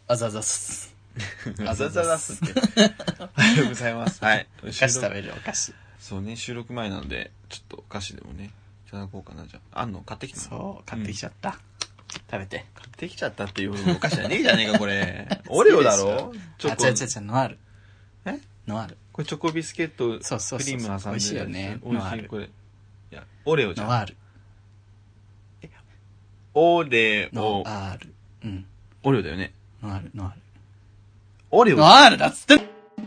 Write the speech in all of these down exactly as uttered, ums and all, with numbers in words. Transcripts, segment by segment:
あざざすあざざざすっておはようございます。はい、 お菓子食べるお菓子。 そうね、収録前なのでちょっとお菓子でもねいただこうかな。じゃあ、あんの買ってきたの？ そう買ってきちゃった、うん、食べて。 買ってきちゃったっていうお菓子じゃねえじゃねえかこれオレオだろ。 チョコ。あ、違う違う違う、ノアール。 え？ ノアール。 これチョコビスケットそうそうそうそう、 クリーム挟んで美味しいよね。 美味しい。これいやオレオじゃん。 ノアール。 えオレオ。 ノアール。うん。 オレオだよね。 ノアールノアール。 オレオ。 ノアールだっつって。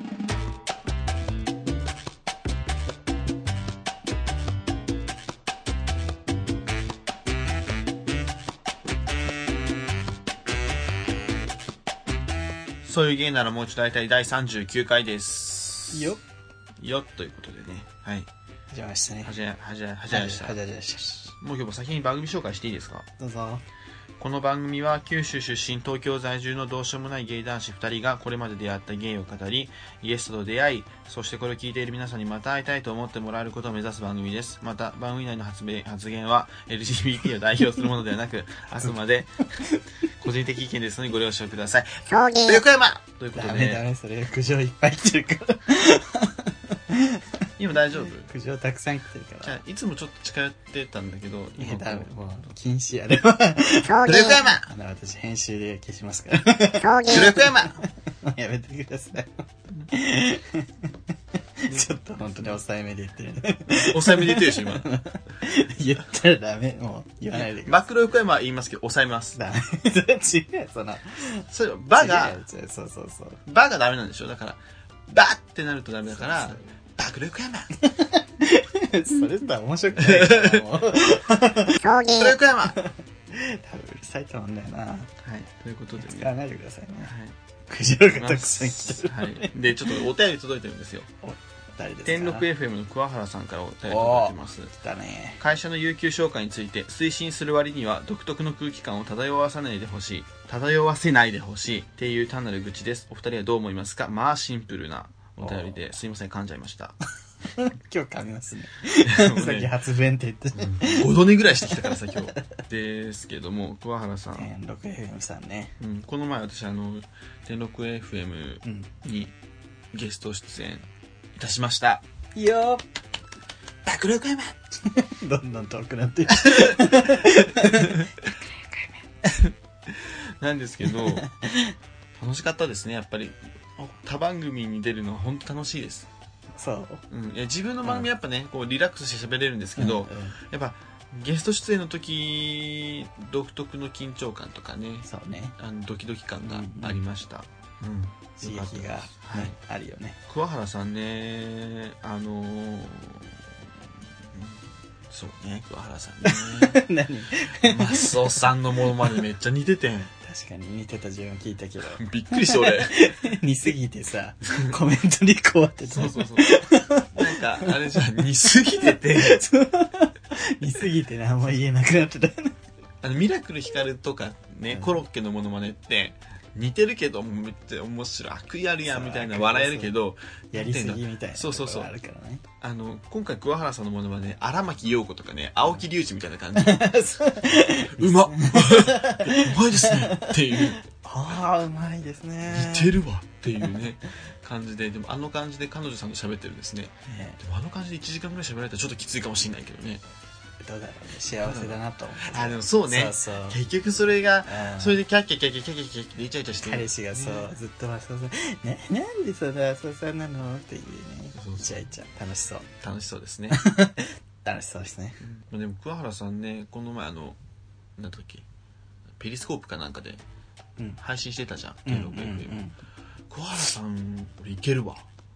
そういう芸ならもう一度大体だいさんじゅうきゅうかいです。 よよということでね。はい。 始めましたね。 はじめ、はじめ、はじめました。 はじめました。 もう今日も先に番組紹介していいですか？ どうぞ。 この番組は九州出身、東京在住のどうしようもないゲイ男子ふたりがこれまで出会ったゲイを語り、ゲストと出会い、そしてこれを聞いている皆さんにまた会いたいと思ってもらえることを目指す番組です。また、番組内の発言発言は エルジービーティー を代表するものではなく、あくまで個人的意見ですのでご了承ください。横山ということで。 ダメダメ、それ苦情いっぱい来てるから。 今大丈夫？ 苦情たくさん来てるから。 じゃあいつもちょっと近寄ってたんだけど、 いやダメ、もう禁止やれば。 横山。 あの私編集で消しますから。 横山。 やめてください。ちょっと本当に抑えめで言ってるね。 抑えめで言ってるでしょ今。 言ったらダメ、もう言わないでください。 マクロ横山は言いますけど抑えます。 ダメ。それ違う、その。 それバが、 そうそうそう。 バがダメなんでしょ。だからバってなるとダメだから。バクロ横山。 それとは面白くないからもう。 バクロ横山。多分うるさいと思うんだよな。はい。 ということでね。 使わないでくださいね。はい。苦情がたくさん来てる。 はい。で、ちょっとお便り届いてるんですよ。 誰ですか？ 天禄 エフエム の桑原さんからお便り届いてます。 来たね。 会社の有給消化について推進する割には独特の空気感を漂わさないでほしい。漂わせないでほしいっていう単なる愚痴です。お二人はどう思いますか？まあシンプルなお便りですいません噛んじゃいました。 今日噛みますね。さっき発弁って言って、 ね、ごど寝ぐらいしてきたからさ今日ですけども、桑原さん天禄 エフエム さんね、 うん、この前私あの天禄 エフエム にゲスト出演いたしました、 いいよバクロ横山。 どんどん遠くなってるなんですけど楽しかったですね。やっぱり他番組に出るのは本当楽しいです。 そう、 うん、いや自分の番組やっぱね、うん、こうリラックスして喋れるんですけど、うんうん、やっぱゲスト出演の時独特の緊張感とかね、 そうね、 あのドキドキ感がありました、うんうん、 刺激が、ね、はい、あるよね。 桑原さんね、あのー、そうね、桑原さんね何マスオさんのモノマネめっちゃ似ててん。 確かに似てた自分聞いたけどびっくりして俺似すぎてさコメントにこうやってた。 そうそうそうなんかあれじゃ似すぎてて似すぎて何も言えなくなってたあのミラクルヒカルとかね、うん、コロッケのモノマネって似てるけどめっちゃ面白い悪意あるやんみたいな笑えるけどやりすぎみたいなそうそうそうあるからね。 あの今回桑原さんのモノマネ荒牧陽子とかね青木隆二みたいな感じうまっうまいですねっていうああうまいですね似てるわっていうね感じで、でもあの感じで彼女さんと喋ってるんですね、ねでもあの感じでいちじかんぐらい喋られたらちょっときついかもしれないけどね。 どうだろうね、幸せだなと思う。 あでもそうね、そうそう結局それがそれでキャッキャキャッキャキャッキャキャッキャでイチャイチャして彼氏がそう、ね、ずっとマスオさんななんでそんなマスオさんなのっていうね、イチャイチャ楽しそう楽しそうですね楽しそうですね、 うん、でも桑原さんねこの前あのなんだっけペリスコープかなんかで配信してたじゃん、うん、うんうんうん、桑原さん俺いけるわ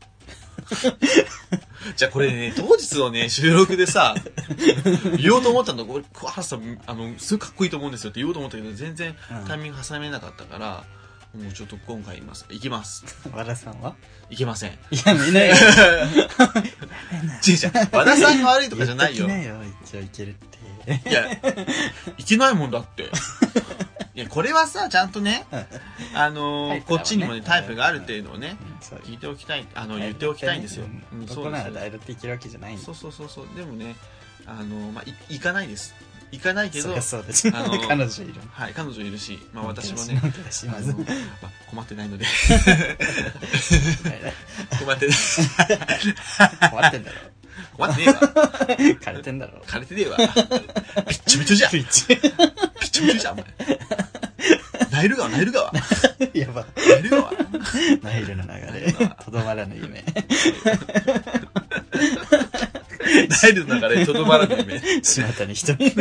じゃあこれね当日のね収録でさ言おうと思ったんだ。俺桑原さんあのすごいかっこいいと思うんですよって言おうと思ったけど全然タイミング挟めなかったから、うん、もうちょっと今回言います行きます和田さんはいけません。 いや見ないよ違う違う和田さんが悪いとかじゃないよ。 言っときなよ一応いけるっていやいけないもんだっていやこれはさちゃんとねあのーね、こっちにもねタイプがあるっていうのをね、うん、聞いておきたいあの言っておきたいんですよ。 ここなら誰だっていけるわけじゃないんで。 そうそうそうそうでもねあのー、まあい行かないです行かないけど、 そりゃそうだし、 あの彼女いる。 はい、彼女いるし、まあ私もね、 のんけだし、まず。 まあ、困ってないので困ってない困ってんだろ。 困ってねえわ。 枯れてんだろ。 枯れてねえわ。びっちょびちょじゃん。びっちょびちょじゃん、お前。ナイル川、ナイル川。 やば。 ナイル川。 ナイルの流れ。とどまらぬ夢。 ナイルの流れ、とどまらぬ夢。 島谷ひとみ。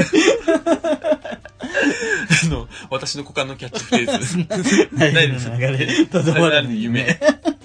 あの、私の股間のキャッチフレーズ。 ナイルの流れ、とどまらぬ夢。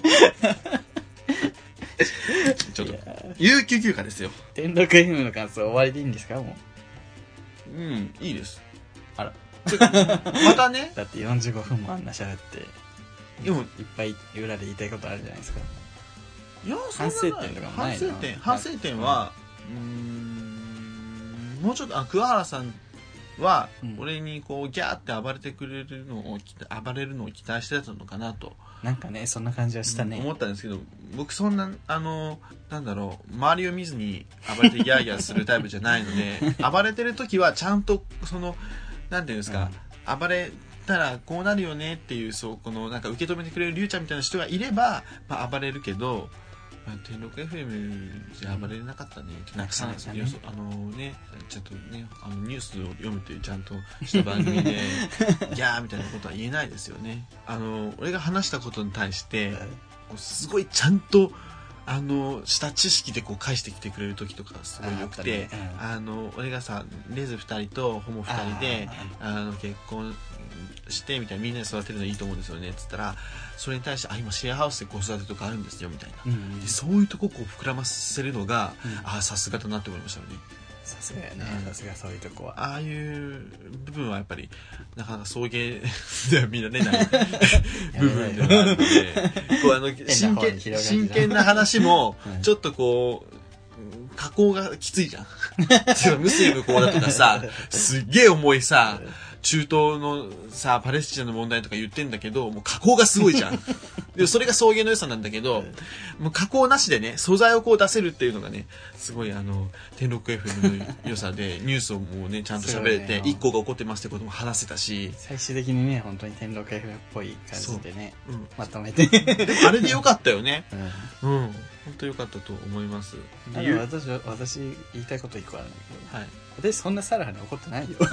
ちょっと、有給休暇ですよ。 天禄 エフエム の感想終わりでいいんですかもう。うん、いいです。 あら。 またね。 だってよんじゅうごふんもあんな喋って、 でも、 いっぱい裏で言いたいことあるじゃないですか。 いや、 反省点とかもないの？ 反省点、反省点は、うーん、もうちょっと、あ、桑原さんは、俺にこう、ギャーって暴れてくれるのを、暴れるのを期待してたのかなと。 なんかね、そんな感じはしたね。 思ったんですけど、僕そんな、あの、なんだろう、周りを見ずに暴れてギャーギャーするタイプじゃないので、暴れてる時はちゃんと、その、なんていうんですか、うん、暴れたらこうなるよねっていう、そう、この、なんか受け止めてくれるりゅうちゃんみたいな人がいれば、まあ暴れるけど、天禄 エフエム じゃ暴れなかったね。なんかさ、あのね、ちょっとね、あのニュースを読むというちゃんとした番組で、ギャーみたいなことは言えないですよね。あの、俺が話したことに対して、すごいちゃんと、あの、した知識でこう返してきてくれる時とかすごい良くて、あ,、ねうん、あの、俺がさ、レズふたりとホモふたりで、あの、結婚してみたいな、みんなで育てるのいいと思うんですよね、つったら、それに対して、あ、今シェアハウスで子育てとかあるんですよ、みたいな。うんうん、でそういうとこをこう膨らませるのが、うん、あ、さすがだなって思いましたよね。 さすがやね、さすがそういうとこは。 ああいう部分はやっぱり、なかなか送迎では見られない部分ではあるので、こうあの、真剣、真剣な話も、ちょっとこう、加工がきついじゃん。ムスリムこうだとかさ、すっげえ重いさ、中東のさ、パレスチナの問題とか言ってんだけど、もう加工がすごいじゃん。でそれが送迎の良さなんだけど、もう加工なしでね、素材をこう出せるっていうのがね、すごいあの、天禄 エフエム の良さで、ニュースをもうね、ちゃんと喋れて、一個が起こってますってことも話せたし。 最終的にね、本当に天禄 エフエム っぽい感じでね、うん、まとめて。 でもあれでよかったよね。うん。うん、本当よかったと思います。 あの私は、私言いたいこと一個あるんだけど、はい、私そんなサラハに怒ってないよ。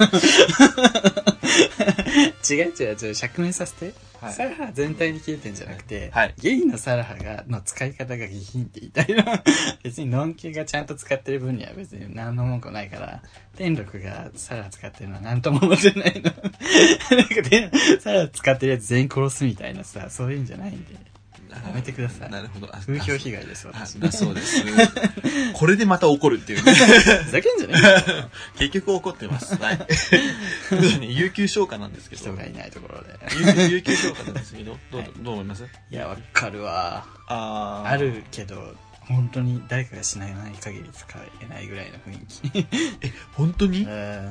違う違う違う、釈明させて。はい、サラハ全体に消えてんじゃなくて、はい、ゲイのサラハがの使い方が下品って言いたいな。別にノンケがちゃんと使ってる分には別に何の文句ないから、天禄がサラハ使ってるのは何とも思ってないの。なんかサラハ使ってるやつ全員殺すみたいなさ、そういうんじゃないんで。やめてください。 なるほど。 風評被害です私。 だそうです。これでまた怒るっていうね。 ふざけんじゃねえ結局怒ってます。はい。有給消化なんですけど。 人がいないところで。 有給消化なんですけど、どう、はい、どう思います？ いや、わかるわ。ああるけど、本当に誰かがしない限り使えないぐらいの雰囲気。 え、本当に？うん。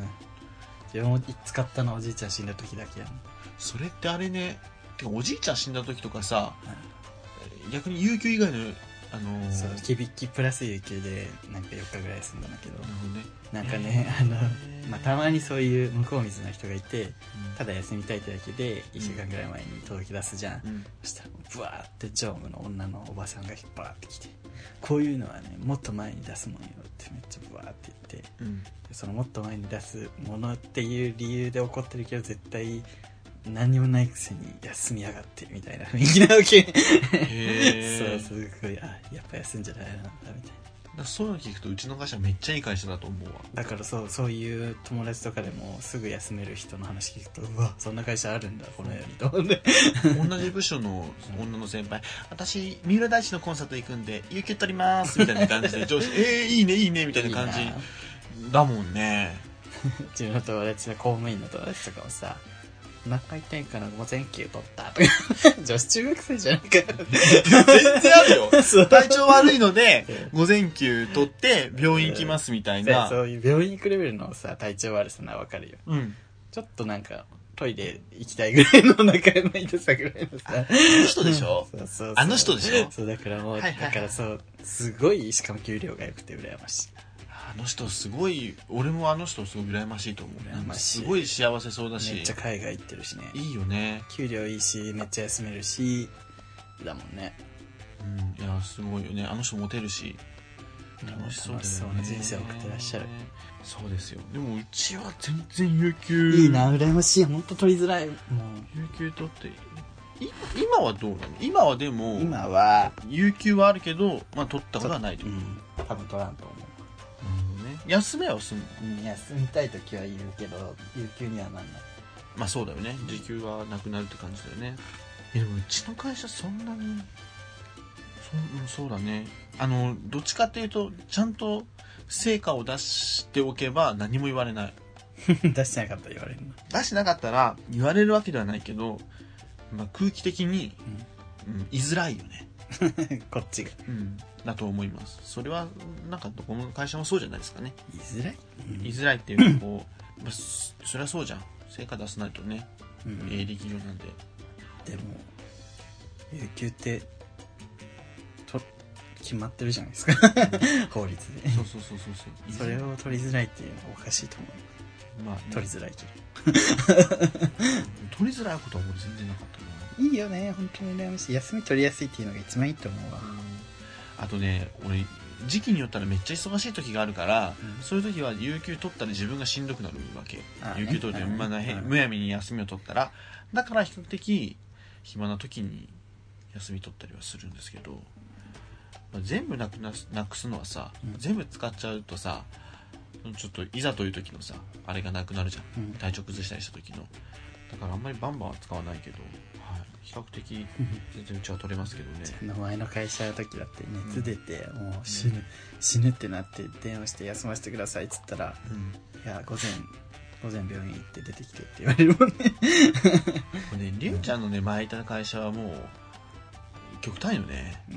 自分も使ったのはおじいちゃん死んだ時だけやん。 それってあれね、てかおじいちゃん死んだ時とかさ、うん、逆に有給以外の、あのー、 そう、きびきプラス有給でなんかよっかぐらい済んだんだけど、 なるほどね、 なんかね、あの、まあ、たまにそういう向こう水の人がいて、うん、ただ休みたいってだけでいっしゅうかんぐらい前に届き出すじゃん、うん、そしたらブワーって常務の女のおばさんが引っ張ってきて、こういうのはねもっと前に出すもんよってめっちゃブワーって言って、うん、でそのもっと前に出すものっていう理由で怒ってるけど絶対何にもないくせに休みやがってみたいな雰囲気なわけ。へそう、すごい、あ、やっぱ休んじゃダメなんだみたいな。 だそういうの聞くとうちの会社めっちゃいい会社だと思うわ。 だからそう、そういう友達とかでもすぐ休める人の話聞くと、うわ、そんな会社あるんだこの世にと思って。 同じ部署の女の先輩、私三浦大知のコンサート行くんで有給取りますみたいな感じで上司えー、いいねいいねみたいな感じだもんね。 自分の友達の公務員の友達とかもさ、お腹痛いから午前休取ったとか女子中学生じゃないか。 全然あるよ。体調悪いので午前休取って病院行きますみたいな。 そういう病院行くレベルのさ体調悪さなわかるよ、 うん、 ちょっとなんかトイレ行きたいぐらいのお腹の痛さぐらいのさ、 あの人でしょ。そうそうそう、あの人でしょ。 そうだからもう、はいはいはい、だからそうすごいしかも給料が良くて羨ましい。 あの人すごい、俺もあの人すごい羨ましいと思う。 羨ましい。 すごい幸せそうだし。 めっちゃ海外行ってるしね。 いいよね。 給料いいし、めっちゃ休めるし、だもんね。 うん、いや、すごいよね。あの人モテるし。楽しそうだよね。 楽しそうな人生を送ってらっしゃる。 そうですよ。でもうちは全然有給。 いいな、羨ましい。ほんと取りづらい。もう。 有給取っていい。今はどうなの？今はでも今は有給はあるけど、まあ取ったことはないと。 うん、多分取らんと思う。 うんね。休めはすんの？ うん、休みたい時はいるけど、有給にはなんない。 まあそうだよね。時給はなくなるって感じだよね。え、でもうちの会社そんなに、そ、そうだね。あのどっちかっていうとちゃんと成果を出しておけば何も言われない。 出してなかったら言われるの？ 出してなかったら言われるわけではないけど、まあ、空気的に、うんうん、言いづらいよね。 こっちが、 うん、だと思います。それはなんかどこの会社もそうじゃないですかね。 言いづらい、 うん、言いづらいっていうかこう、まあ、そりゃそうじゃん。成果出さないとね、うん、営利企業なんで。 でも有給ってと決まってるじゃないですか法律で。 そうそうそうそうそう。 それを取りづらいっていうのはおかしいと思う。まあ、ね、取りづらいけど取りづらいことは俺全然なかったな。いいよね、本当に羨ましい。休み取りやすいっていうのが一番いいと思うわ。 うん、あとね、俺時期によったらめっちゃ忙しい時があるから、うん、そういう時は有給取ったら自分がしんどくなるわけ。有給取って、まあ、むやみに休みを取ったら、だから比較的暇な時に休み取ったりはするんですけど、まあ、全部なくなす、なくすのはさ、うん、全部使っちゃうとさ、ちょっといざという時のさ、あれがなくなるじゃん、うん、体調崩したりした時の。だからあんまりバンバンは使わないけど、はい、比較的全然うちは取れますけどね。 名前の会社の時だって熱出て、うん、もう死ぬ、うん、死ぬってなって電話して休ませてくださいっつったら、うん、いや午前午前病院行って出てきてって言われるもんね。 これね、りゅうちゃんのね前いた会社はもう極端よね、うん、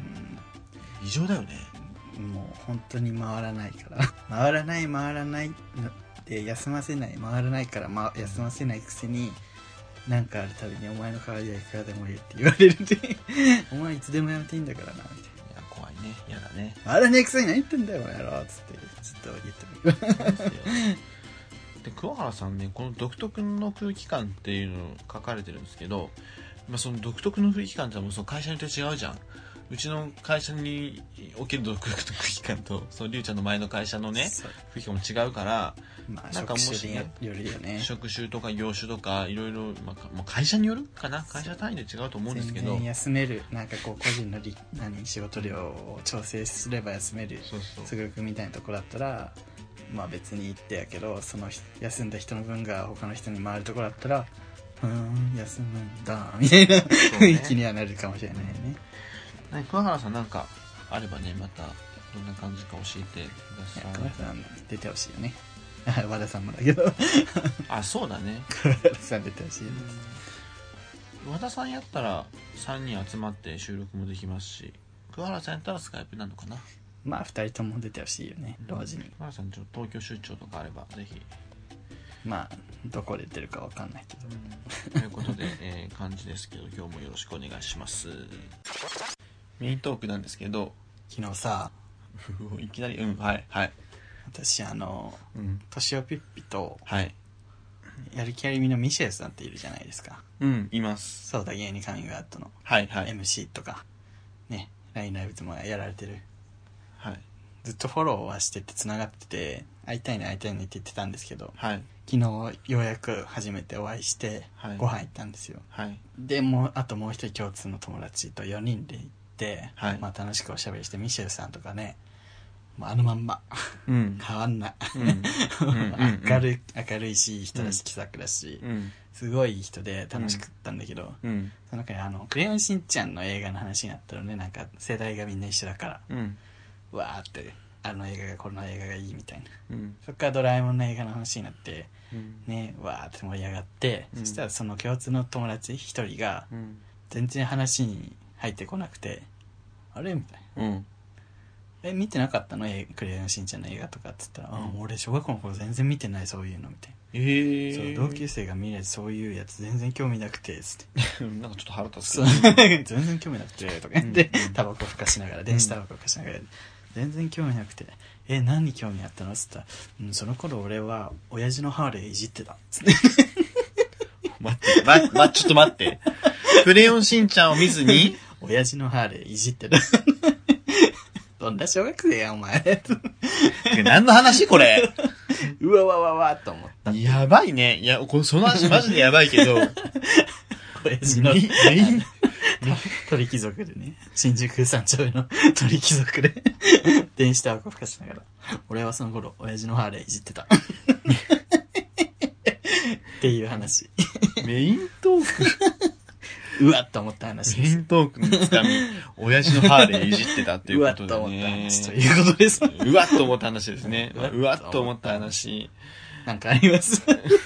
異常だよね。 もう本当に回らないから回らない回らないで休ませない回らないから、ま、休ませないくせになんかあるたびにお前の代わりはいくらでもいいって言われるでお前いつでもやめていいんだからなみたいな。いや怖いね、嫌だね。 回らねえくせに何言ってんだよお前やろっつってずっと言ってもいいで桑原さんね、この独特の空気感っていうのを書かれてるんですけど、まあ、その独特の空気感ってもうその会社によって違うじゃん。うちの会社における独特の空気感とそのりゅうちゃんの前の会社のね空気感も違うから、 まあ、なんかもしね、職種によるよね。 職種とか業種とかいろいろ、まあ、会社によるかな、会社単位で違うと思うんですけど、 全然休める、なんかこう個人のり何仕事量を調整すれば休めるすぐるくんみたいなところだったらまあ別に行ってやけど、その休んだ人の分が他の人に回るところだったらうーん休むんだみたいな雰囲気にはなるかもしれないよね。 桑原さんなんかあればね、またどんな感じか教えてください。 桑原さん出てほしいよね。和田さんもだけどあ、そうだね、 桑原さん出てほしいよね。 和田さんやったらさんにん集まって収録もできますし、桑原さんやったらスカイプなのかな。 まあふたりとも出てほしいよね、同時に。 桑原さんちょっと東京出張とかあればぜひ。 まあどこで出るかわかんないけど、 うん、ということで、えー、感じですけど今日もよろしくお願いします。メイントークなんですけど、 昨日さいきなりうんはいはい私あの、 うん、 トシオピッピと、 はい、 やる気ありみのミシェルさんっているじゃないですか。 うんいます。 そうだ、芸人カミングアウトの、 はいはい、 エムシー とかね、 ライン ライブでもやられてる。 はい、 ずっとフォローはしててつながってて会いたいね会いたいねって言ってたんですけど、 はい、 昨日ようやく初めてお会いして、はい、ご飯行ったんですよ。 はい、でもうあともう一人共通の友達とよにんで行って、 はい、 まあ、楽しくおしゃべりして、ミシェルさんとかね、まあ、あのまんま、 うん、 変わんない、 うん、 明るい明るいし人だし気さくだし、 うん、 すごいいい人で楽しかったんだけど、 うん、 その中にあのクレヨンしんちゃんの映画の話になったらね、なんか世代がみんな一緒だから、 うん、 わーってあの映画がこの映画がいいみたいな、 うん、 そっからドラえもんの映画の話になって、 うん、 ね、わーって盛り上がって、うん、そしたらその共通の友達一人が、 うん、 全然話に入ってこなくて、あれみたいな、 うん、 え見てなかったのクレヨンしんちゃんの映画とかっつったら、うん、あ俺小学校の頃全然見てないそういうのみたいな、 えー、 そう同級生が見ないそういうやつ全然興味なくてつってなんかちょっと腹立つけど全然興味なくてとか言って、うん、タバコふかしながら電子タバコふかしながら、 全然興味なくて、え何に興味あったのっつったら、うん、その頃俺は親父のハーレーいじってたっつって待ってま、ま、ちょっと待ってクレヨンしんちゃんを見ずに親父のハーレーいじってたどんな小学生やお前何の話これうわわわわと思った。 やばいね。いや、こその話マジでやばいけど親父のメイン鳥貴族でね、新宿三丁目の鳥貴族で電子タバコ吹かしながら、俺はその頃親父のハーレーいじってたっていう話。 メイントークうわっと思った話です。 メイントークのつかみ、親父のハーレーいじってたっていうことでね。 うわっと思った話ということです。 うわっと思った話ですね。うわっと思った話。 なんかあります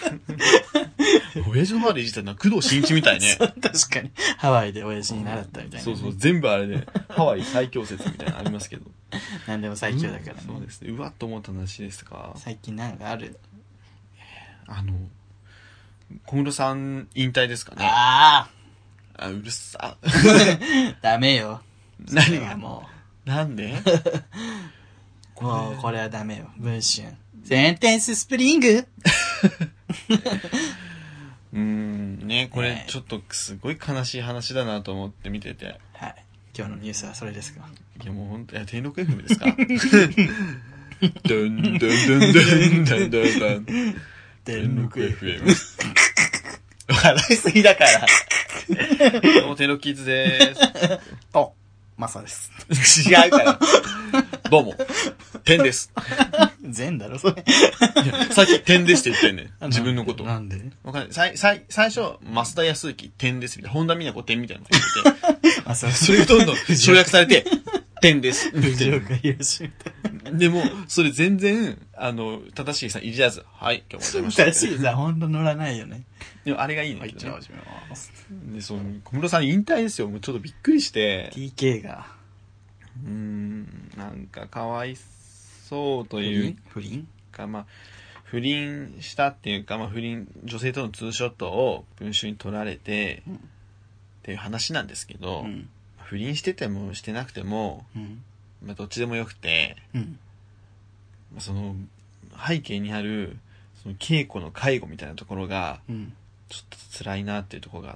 親父のハーレーいじったのは工藤新一みたいね。 確かに。ハワイで親父に習ったみたいな、ね。 そうそう、全部あれで、ハワイ最強説みたいなのありますけど。 なんでも最強だからね。 そうですね。うわっと思った話ですか。 最近なんかある？ あの、小室さん引退ですかね。 ああ。あ、うるさ。 ダメよ。 何がもう。なんでもうこれはダメよ。文春。センテンススプリングうーん、ね、これちょっとすごい悲しい話だなと思って見てて。 はい。今日のニュースはそれですか？ いやもうほんと、いや、天禄 エフエム ですかドンドンドンドンドンドンドン天禄 エフエム。 笑いすぎだから。どうも、天禄キッズでーす。 お、マサです。 違うから。どうも、天です。 全だろ、それ。 いや、さっき天ですって言ってんねん。自分のこと。 なんで？ わかんない。最、最、最初、増田康之天ですみたいな。本田美奈子天みたいなこと言って。 あ、そう。 それがどんどん省略されて、天です。 藤岡弘みたいな。 でも、それ全然、あの、正しいさんいじらず、はい、今日もございました。 正しいさ、ほんと乗らないよね。 でもあれがいいね。 はい、じゃあ始めます。 で、その、小室さん引退ですよ。もうちょっとびっくりして。 ティーケー が。 うーん、なんかかわいそうという不倫か、まあ、不倫したっていうか、まあ、不倫、女性とのツーショットを文春に撮られて、うん、っていう話なんですけど、うん、不倫しててもしてなくても、うん、まあ、どっちでもよくて、うんまあ、その背景にあるその稽古の介護みたいなところが、ちょっと辛いなっていうところがあって、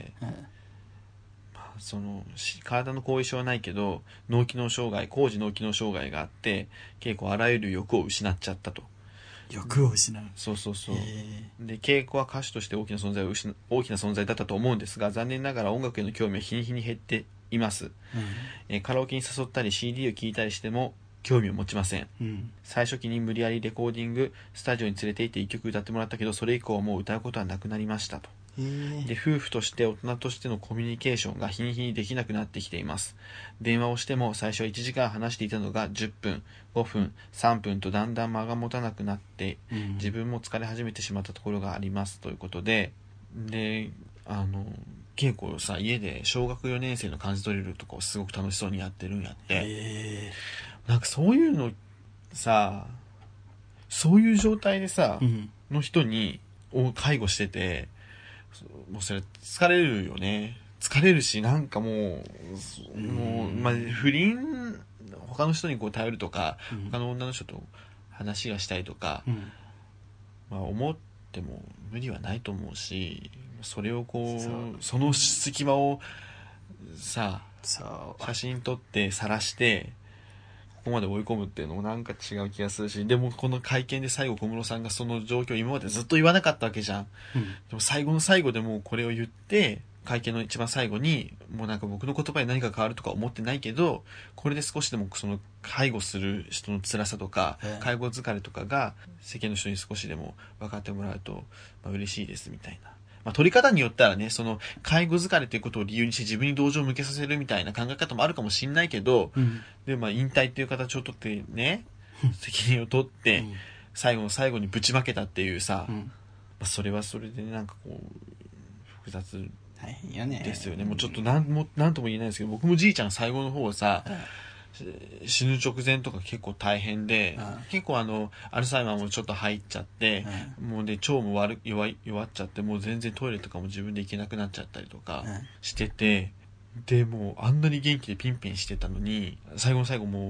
うんまあ、その体の後遺症はないけど脳機能障害、高次脳機能障害があって、稽古あらゆる欲を失っちゃったと。 欲を失う。 そうそうそう。で、稽古は歌手として大きな存在を失大きな存在だったと思うんですが、残念ながら音楽への興味は日に日に減っています、うんえー、カラオケに誘ったり シーディー を聴いたりしても興味を持ちません、うん、最初期に無理やりレコーディングスタジオに連れて行っていっきょく歌ってもらったけど、それ以降はもう歌うことはなくなりましたと。で、夫婦として大人としてのコミュニケーションが日に日にできなくなってきています。電話をしても最初はいちじかん話していたのがじゅっぷん、ごふん、さんぷんとだんだん間が持たなくなって、うん、自分も疲れ始めてしまったところがありますということで、で、あの稽古をさ、家で小学よねん生の漢字ドリルとかをすごく楽しそうにやってるんやって。なんかそういうのさ、そういう状態でさ、うん、の人にを介護してて、もうそれ疲れるよね。疲れるし、なんかもう、もう、まあ、不倫、他の人にこう頼るとか、うん、他の女の人と話がしたいとか、うん、まあ思っても無理はないと思うし、それをこう、そ, その隙間をさ、写真撮って晒して、ここまで追い込むっていうのもなんか違う気がするし、でもこの会見で最後小室さんがその状況を今までずっと言わなかったわけじゃん、うん、でも最後の最後でもうこれを言って、会見の一番最後にもうなんか僕の言葉に何か変わるとか思ってないけど、これで少しでもその介護する人の辛さとか介護疲れとかが世間の人に少しでも分かってもらうと、まあ、嬉しいですみたいな。まあ、取り方によったらね、その介護疲れということを理由にして自分に同情を向けさせるみたいな考え方もあるかもしれないけど、うん、でまあ引退っていう形をとってね、責任を取って、うん、最後の最後にぶちまけたっていうさ、うんまあ、それはそれでなんかこう複雑ですよね。もうちょっとなんもなんとも言えないですけど、僕もじいちゃん最後の方さ、死ぬ直前とか結構大変で、うん、結構あのアルツハイマーもちょっと入っちゃって、うん、もうで腸も悪弱弱っちゃって、もう全然トイレとかも自分で行けなくなっちゃったりとかしてて、うん、でもうあんなに元気でピンピンしてたのに、最後の最後もう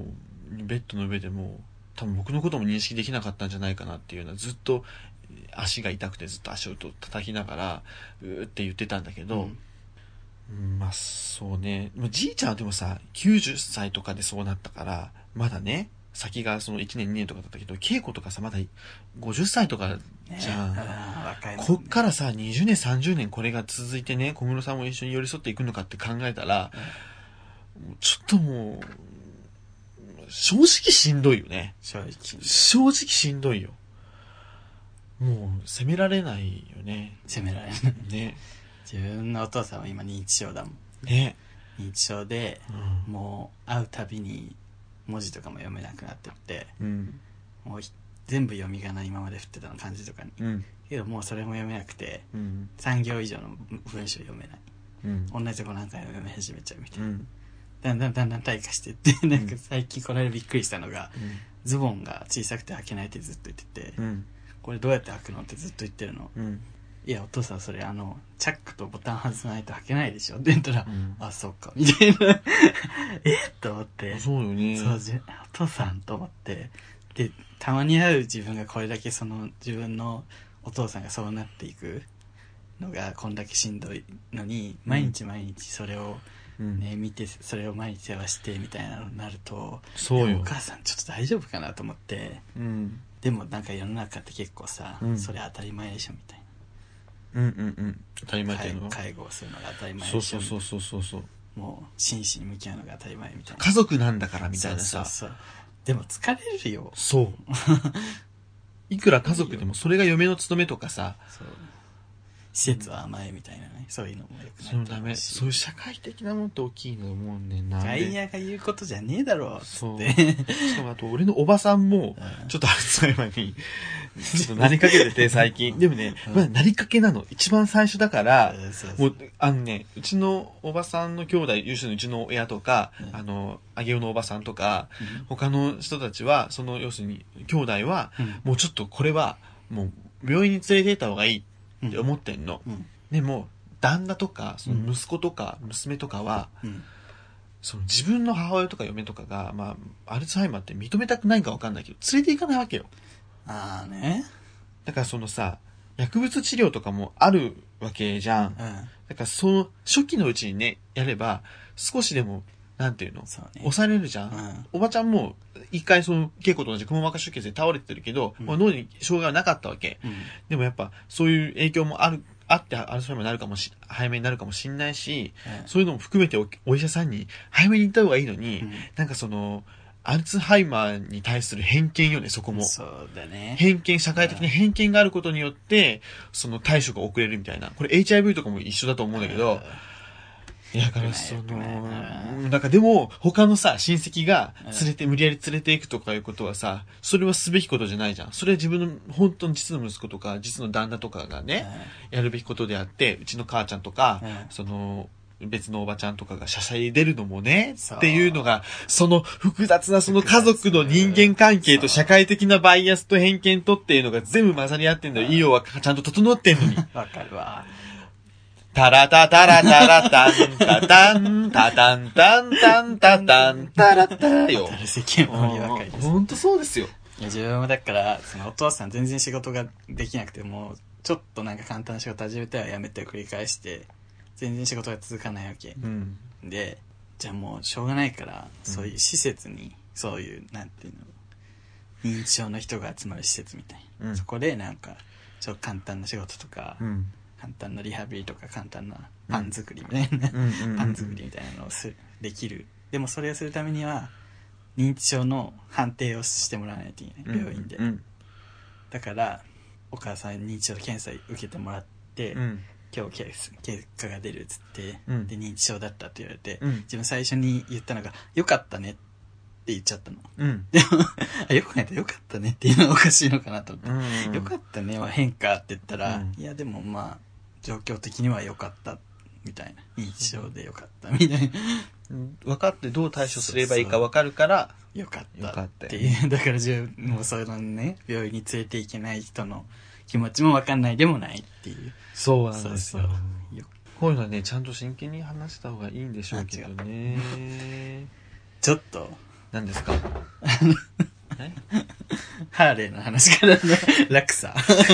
ベッドの上でも多分僕のことも認識できなかったんじゃないかなっていうのはずっと足が痛くてずっと足を叩きながらうーって言ってたんだけど、うん、まあそうね、じいちゃんはでもさきゅうじゅっさいとかでそうなったからまだね先がそのいちねんにねんとかだったけど稽古とかさまだごじゅっさいとかじゃん、ね、 若いもんね、 こっからさにじゅうねんさんじゅうねんこれが続いてね小室さんも一緒に寄り添っていくのかって考えたら、うん、ちょっともう正直しんどいよね。 正直正直しんどいよ。もう責められないよね。 責められないね。 自分のお父さんは今認知症だもんね。 認知症で、うん、もう会うたびに文字とかも読めなくなってって、うん、もう全部読み仮名今まで振ってたの漢字とかに、うん、けどもうそれも読めなくて、うん、さん行以上の文章読めない、うん、同じとこ何回も読め始めちゃうみたいな、うん、だんだんだんだん退化してってなんか最近この間びっくりしたのが、うん、ズボンが小さくて履けないってずっと言ってて、うん、これどうやって履くのってずっと言ってるの、うん、いやお父さんそれあのチャックとボタン外さないと履けないでしょって言ったら、うん、あそうかみたいなえっと思ってそうよねそうじお父さんと思ってでたまに会う自分がこれだけその自分のお父さんがそうなっていくのがこんだけしんどいのに毎日毎日それをね、うん、見てそれを毎日世話してみたいなのになるとそうよお母さんちょっと大丈夫かなと思って、うん、でもなんか世の中って結構さ、うん、それ当たり前でしょみたいなうんうんうん当たり前っていうのは介護をするのが当たり前でしょそうそうそうそうそうもう真摯に向き合うのが当たり前みたいな家族なんだからみたいなさそうそうそうでも疲れるよそういくら家族でもそれが嫁の務めとかさそう施設は甘いみたいなね、そういうのもよくないそのためそういう社会的なものって大きいの思うねんな外野が言うことじゃねえだろそうしかもあと俺のおばさんもちょっとアルツハイマーにちょっとなりかけてて最近でもね、まあ、なりかけなの一番最初だからもうあのねうちのおばさんの兄弟優秀のうちの親とか、うん、あのあげおのおばさんとか、うん、他の人たちはその要するに兄弟は、うん、もうちょっとこれはもう病院に連れて行った方がいいって思ってんの、うん、でも旦那とかその息子とか娘とかは、うん、その自分の母親とか嫁とかが、まあ、アルツハイマーって認めたくないか分かんないけど連れて行かないわけよああねだからそのさ薬物治療とかもあるわけじゃん、うん、だからその初期のうちにねやれば少しでもなんていうの、ね、抑えれるじゃん、うん、おばちゃんも一回その稽古と同じくも膜下出血で倒れてるけど、うん、脳に障害はなかったわけ、うん、でもやっぱそういう影響もあるあってアルツハイマーになるかもし早めになるかもしんないし、うん、そういうのも含めて お, お医者さんに早めに行った方がいいのに、うん、なんかそのアルツハイマーに対する偏見よねそこもそうだね偏見社会的な偏見があることによってその対処が遅れるみたいなこれ エイチアイブイ とかも一緒だと思うんだけど、うんだからその、なんかでも他のさ親戚が連れて、無理やり連れていくとかいうことはさ、それはすべきことじゃないじゃん。それは自分の本当の実の息子とか実の旦那とかがね、やるべきことであって、うちの母ちゃんとか、その別のおばちゃんとかがしゃしゃり出るのもねっていうのが、その複雑なその家族の人間関係と社会的なバイアスと偏見とっていうのが全部混ざり合ってんだよ。医療はちゃんと整ってんのに。 わかるわ。 タラタタラタラタンタタンタタンタンタンタタンタラタよ。 世間は盛り若いです。 ほんとそうですよ。 いや自分もだからそのお父さん全然仕事ができなくてもちょっとなんか簡単な仕事始めてはやめて繰り返して全然仕事が続かないわけ、うん、でじゃあもうしょうがないから、うん、そういう施設にそういうなんていうの認知症の人が集まる施設みたいな、うん、そこでなんかちょっと簡単な仕事とか、うん簡単なリハビリとか簡単なパン作りみたいな、うん、パン作りみたいなのをすできるでもそれをするためには認知症の判定をしてもらわないといけない病院で、うんうん、だからお母さん認知症の検査受けてもらって、うん、今日結果が出るっつって、うん、で認知症だったって言われて、うん、自分最初に言ったのがよかったねって言っちゃったの、うん、でもよくないとよかったねっていうのはおかしいのかなと思って、うんうん、よかったねは変かって言ったら、うん、いやでもまあ状況的には良かったみたいな認知症で良かったみたいな分かってどう対処すればいいか分かるから良かったっていうだから自分もうそのね病院に連れて行けない人の気持ちも分かんないでもないっていうそうなんですよそうそうこういうのはねちゃんと真剣に話した方がいいんでしょうけどねちょっと何ですか？ ハーレーの話からの落差。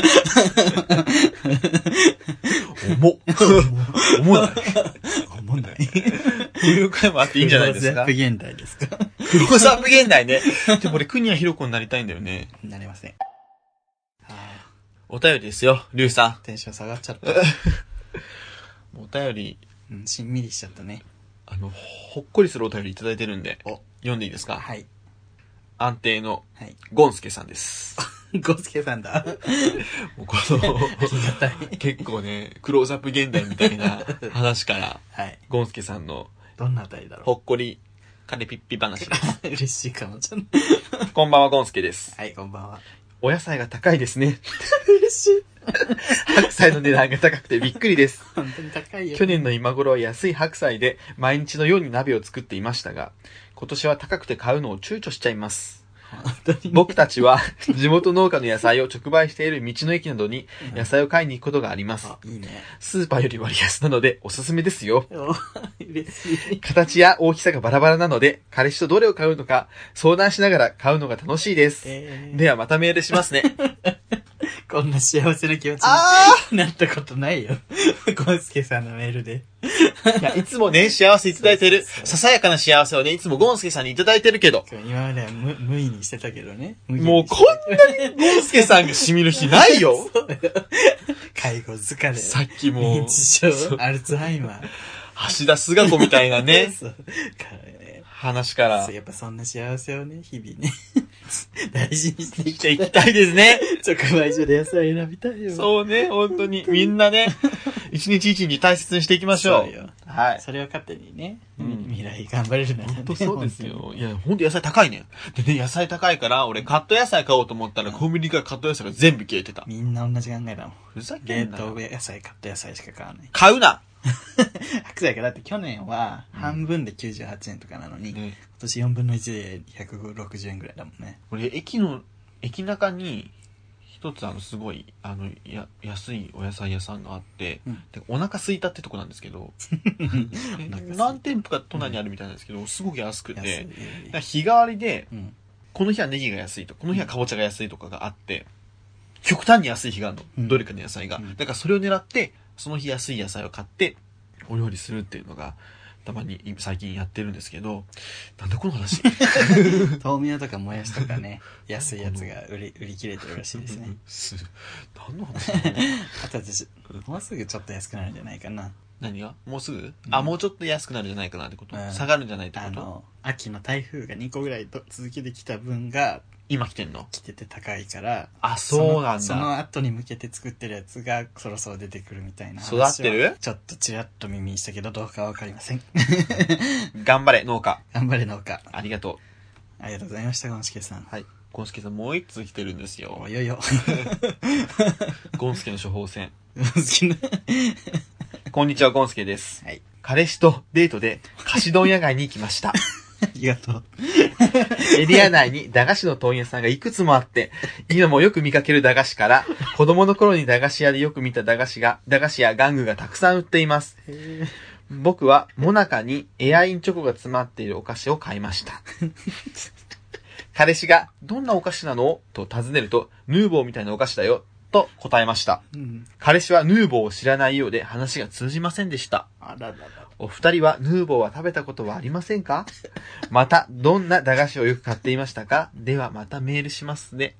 重っ。重ない。 重ない。 こういう回もあっていいんじゃないですか？ クローズアップ現代ですか？ クローズアップ現代ね。でも俺、国谷ひろ子になりたいんだよね。 なれません。 お便りですよ、リュウさテンション下がっちゃった。 ん。お便り、 うん、しんみりしちゃったね。 あの、ほっこりするお便りいただいてるんで、 お読んでいいですか？ はい。 安定の、 はい。 ゴンスケさんです。 ゴンスケさんだ。 もうこの、 ありがたい。 結構ね、クローズアップ現代みたいな話から、 はい。 ゴンスケさんの、 どんなあたりだろう。 ほっこり、彼ピッピ話です。 嬉しいかもちょっと。 こんばんは、ゴンスケです。 はい、こんばんは。 お野菜が高いですね。 嬉しい。 白菜の値段が高くてびっくりです。 本当に高いよ。 去年の今頃は安い白菜で毎日のように鍋を作っていましたが、今年は高くて買うのを躊躇しちゃいます。僕たちは地元農家の野菜を直売している道の駅などに野菜を買いに行くことがあります。 あ、いいね。 スーパーより割安なのでおすすめですよ。 お嬉しい。 形や大きさがバラバラなので、彼氏とどれを買うのか相談しながら買うのが楽しいです。 えー、 ではまたメールしますね。 こんな幸せな気持ちになったことないよ。ゴンスケさんのメールで。 いや、いつもね、幸せいただいてる。ささやかな幸せをね、いつもゴンスケさんにいただいてるけど。 今までは無無意にしてたけどね。 もうこんなにゴンスケさんが染みる日ないよ。 そうよ。介護疲れ。 さっきもう。 認知症、アルツハイマー。 橋田壽賀子みたいなね。 そう。からね。 話から。 やっぱそんな幸せをね、日々ね。大事にしていしていきたいですね。 直売所で野菜選びたいよ。 そうね、本当に。みんなね、一日一日大切にしていきましょう。 そうよ。 はい。 それを糧にね、 うん、 未来頑張れるならね。 本当そうですよ。いや、本当野菜高いね。でね、野菜高いから、俺カット野菜買おうと思ったら、コンビニからカット野菜が全部消えてた。 みんな同じ考えだもん。 ふざけんな。 冷凍野菜、カット野菜しか買わない。 買うな白菜がだって去年は半分できゅうじゅうはちえんとかなのに、うん、今年よんぶんのいちでひゃくろくじゅうえんぐらいだもんね。 俺、駅の、駅中に、一つあの、すごい、あの、や、安いお野菜屋さんがあって、うん、でお腹空いたってとこなんですけど、何店舗か都内にあるみたいなんですけど、すごく安くて、日替わりで、うん、この日はネギが安いと、この日はかぼちゃが安いとかがあって、極端に安い日があるの。うん、どれかの野菜が、うん。だからそれを狙って、その日安い野菜を買って、お料理するっていうのが、たまに最近やってるんですけど、なんだこの話。 豆苗とかもやしとかね、安いやつが売り、売り切れてるらしいですね。 何の話だろう。 あと私、もうすぐちょっと安くなるんじゃないかな。 何がもうすぐ、うん、あ、もうちょっと安くなるんじゃないかなってこと、うん、下がるんじゃないってこと。 あの、秋の台風がにこぐらいと続けてきた分が、 今来てんの来てて高いから。 あ、そうなんだ。 その、その後に向けて作ってるやつがそろそろ出てくるみたいな話。 育ってる？ ちょっとちらっと耳にしたけど、どうかわかりません。 頑張れ、農家。 頑張れ、農家。 ありがとう。 ありがとうございました、ゴンスケさん。 はい。ゴンスケさん、もう一通来てるんですよ。 およよ。 ゴンスケの処方箋。 ゴンスケの。 こんにちは、ゴンスケです。 はい。 彼氏とデートで菓子問屋街に行きました。 ありがとう。 エリア内に駄菓子の問屋さんがいくつもあって、今もよく見かける駄菓子から、子供の頃に駄菓子屋でよく見た駄菓子が、駄菓子や玩具がたくさん売っています。僕はモナカにエアインチョコが詰まっているお菓子を買いました。彼氏が、どんなお菓子なのと尋ねると、ヌーボーみたいなお菓子だよ。と答えました、うん。彼氏はヌーボーを知らないようで話が通じませんでした。 あららら。 お二人はヌーボーは食べたことはありませんか？また、どんな駄菓子をよく買っていましたか？ではまたメールしますね。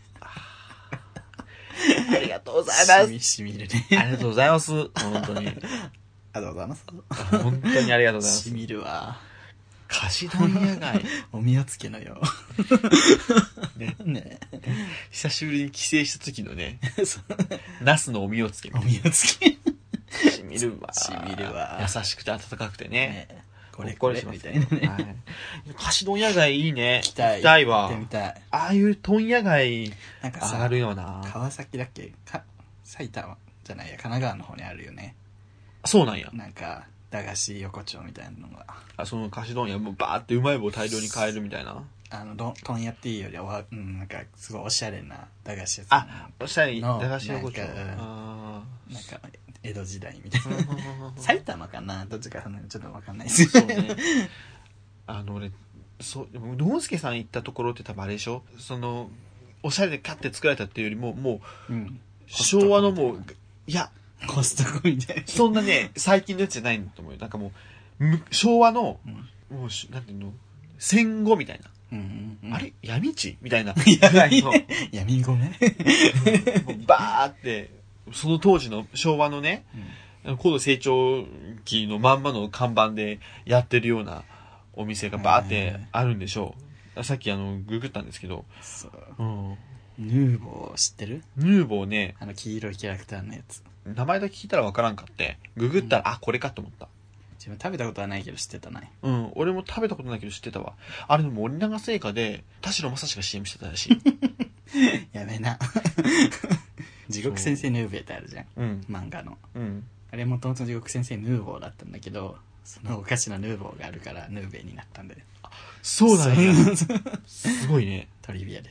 ありがとうございます。 しみしみるね。 ありがとうございます。本当に。 ありがとうございます。 本当にありがとうございます。 しみるわ。 菓子問屋街。 おみをつけのよ。 ね。ね。久しぶりに帰省した時のね、ナスのおみをつけ。 おみをつけ。 しみるわ。 しみるわ。 優しくて温かくてね。 ねこれこれみたいなね。はい、 菓子問屋街いいね。 行きたい。 行きたいわ。 行ってみたい。 ああいう問屋街、 なんかさ、 あるよな。 川崎だっけか、埼玉じゃないや、神奈川の方にあるよね。 そうなんや。 なんか、駄菓子横丁みたいなのが。 あ、その菓子問屋もうバーってうまい棒大量に買えるみたいな。 あの、ど問屋っていうよりは、うん、なんか、すごいおしゃれな駄菓子屋さん。あ、おしゃれな駄菓子横丁。 なんか、なんか江戸時代みたいな。埼玉かなどっちかちょっとわかんないです。 そうね。あの、俺、 そう、でも、ノンスケさん行ったところって多分あれでしょその、おしゃれでカッて作られたっていうよりも、もう、うん、昭和のもう、いや、 コストコみたいな。 そんなね、最近のやつじゃないんだと思うよ。なんかもう、昭和の、うん、もう、なんていうの、戦後みたいな。うんうんうん、あれ闇市みたいな。 闇闇ごめん。 バーって、その当時の昭和のね、うん、高度成長期のまんまの看板でやってるようなお店がバーってあるんでしょう。さっきあの、ググったんですけど。そう。 うん、ヌーボー知ってる？ ヌーボーね。 あの黄色いキャラクターのやつ。 名前だけ聞いたらわからんかって、ググったら、うん、あ、これかと思った。 自分食べたことはないけど知ってたない。 うん、俺も食べたことないけど知ってたわ。あれでも森永製菓で田代正史が シーエム してたらしい。 やめな。地獄先生ヌーベってあるじゃん。うん、漫画の。うん、あれもともと地獄先生ヌーボーだったんだけど、そのお菓子のヌーボーがあるからヌーベになったんで。あ、 そうなんや。すごいね。 トリビアです。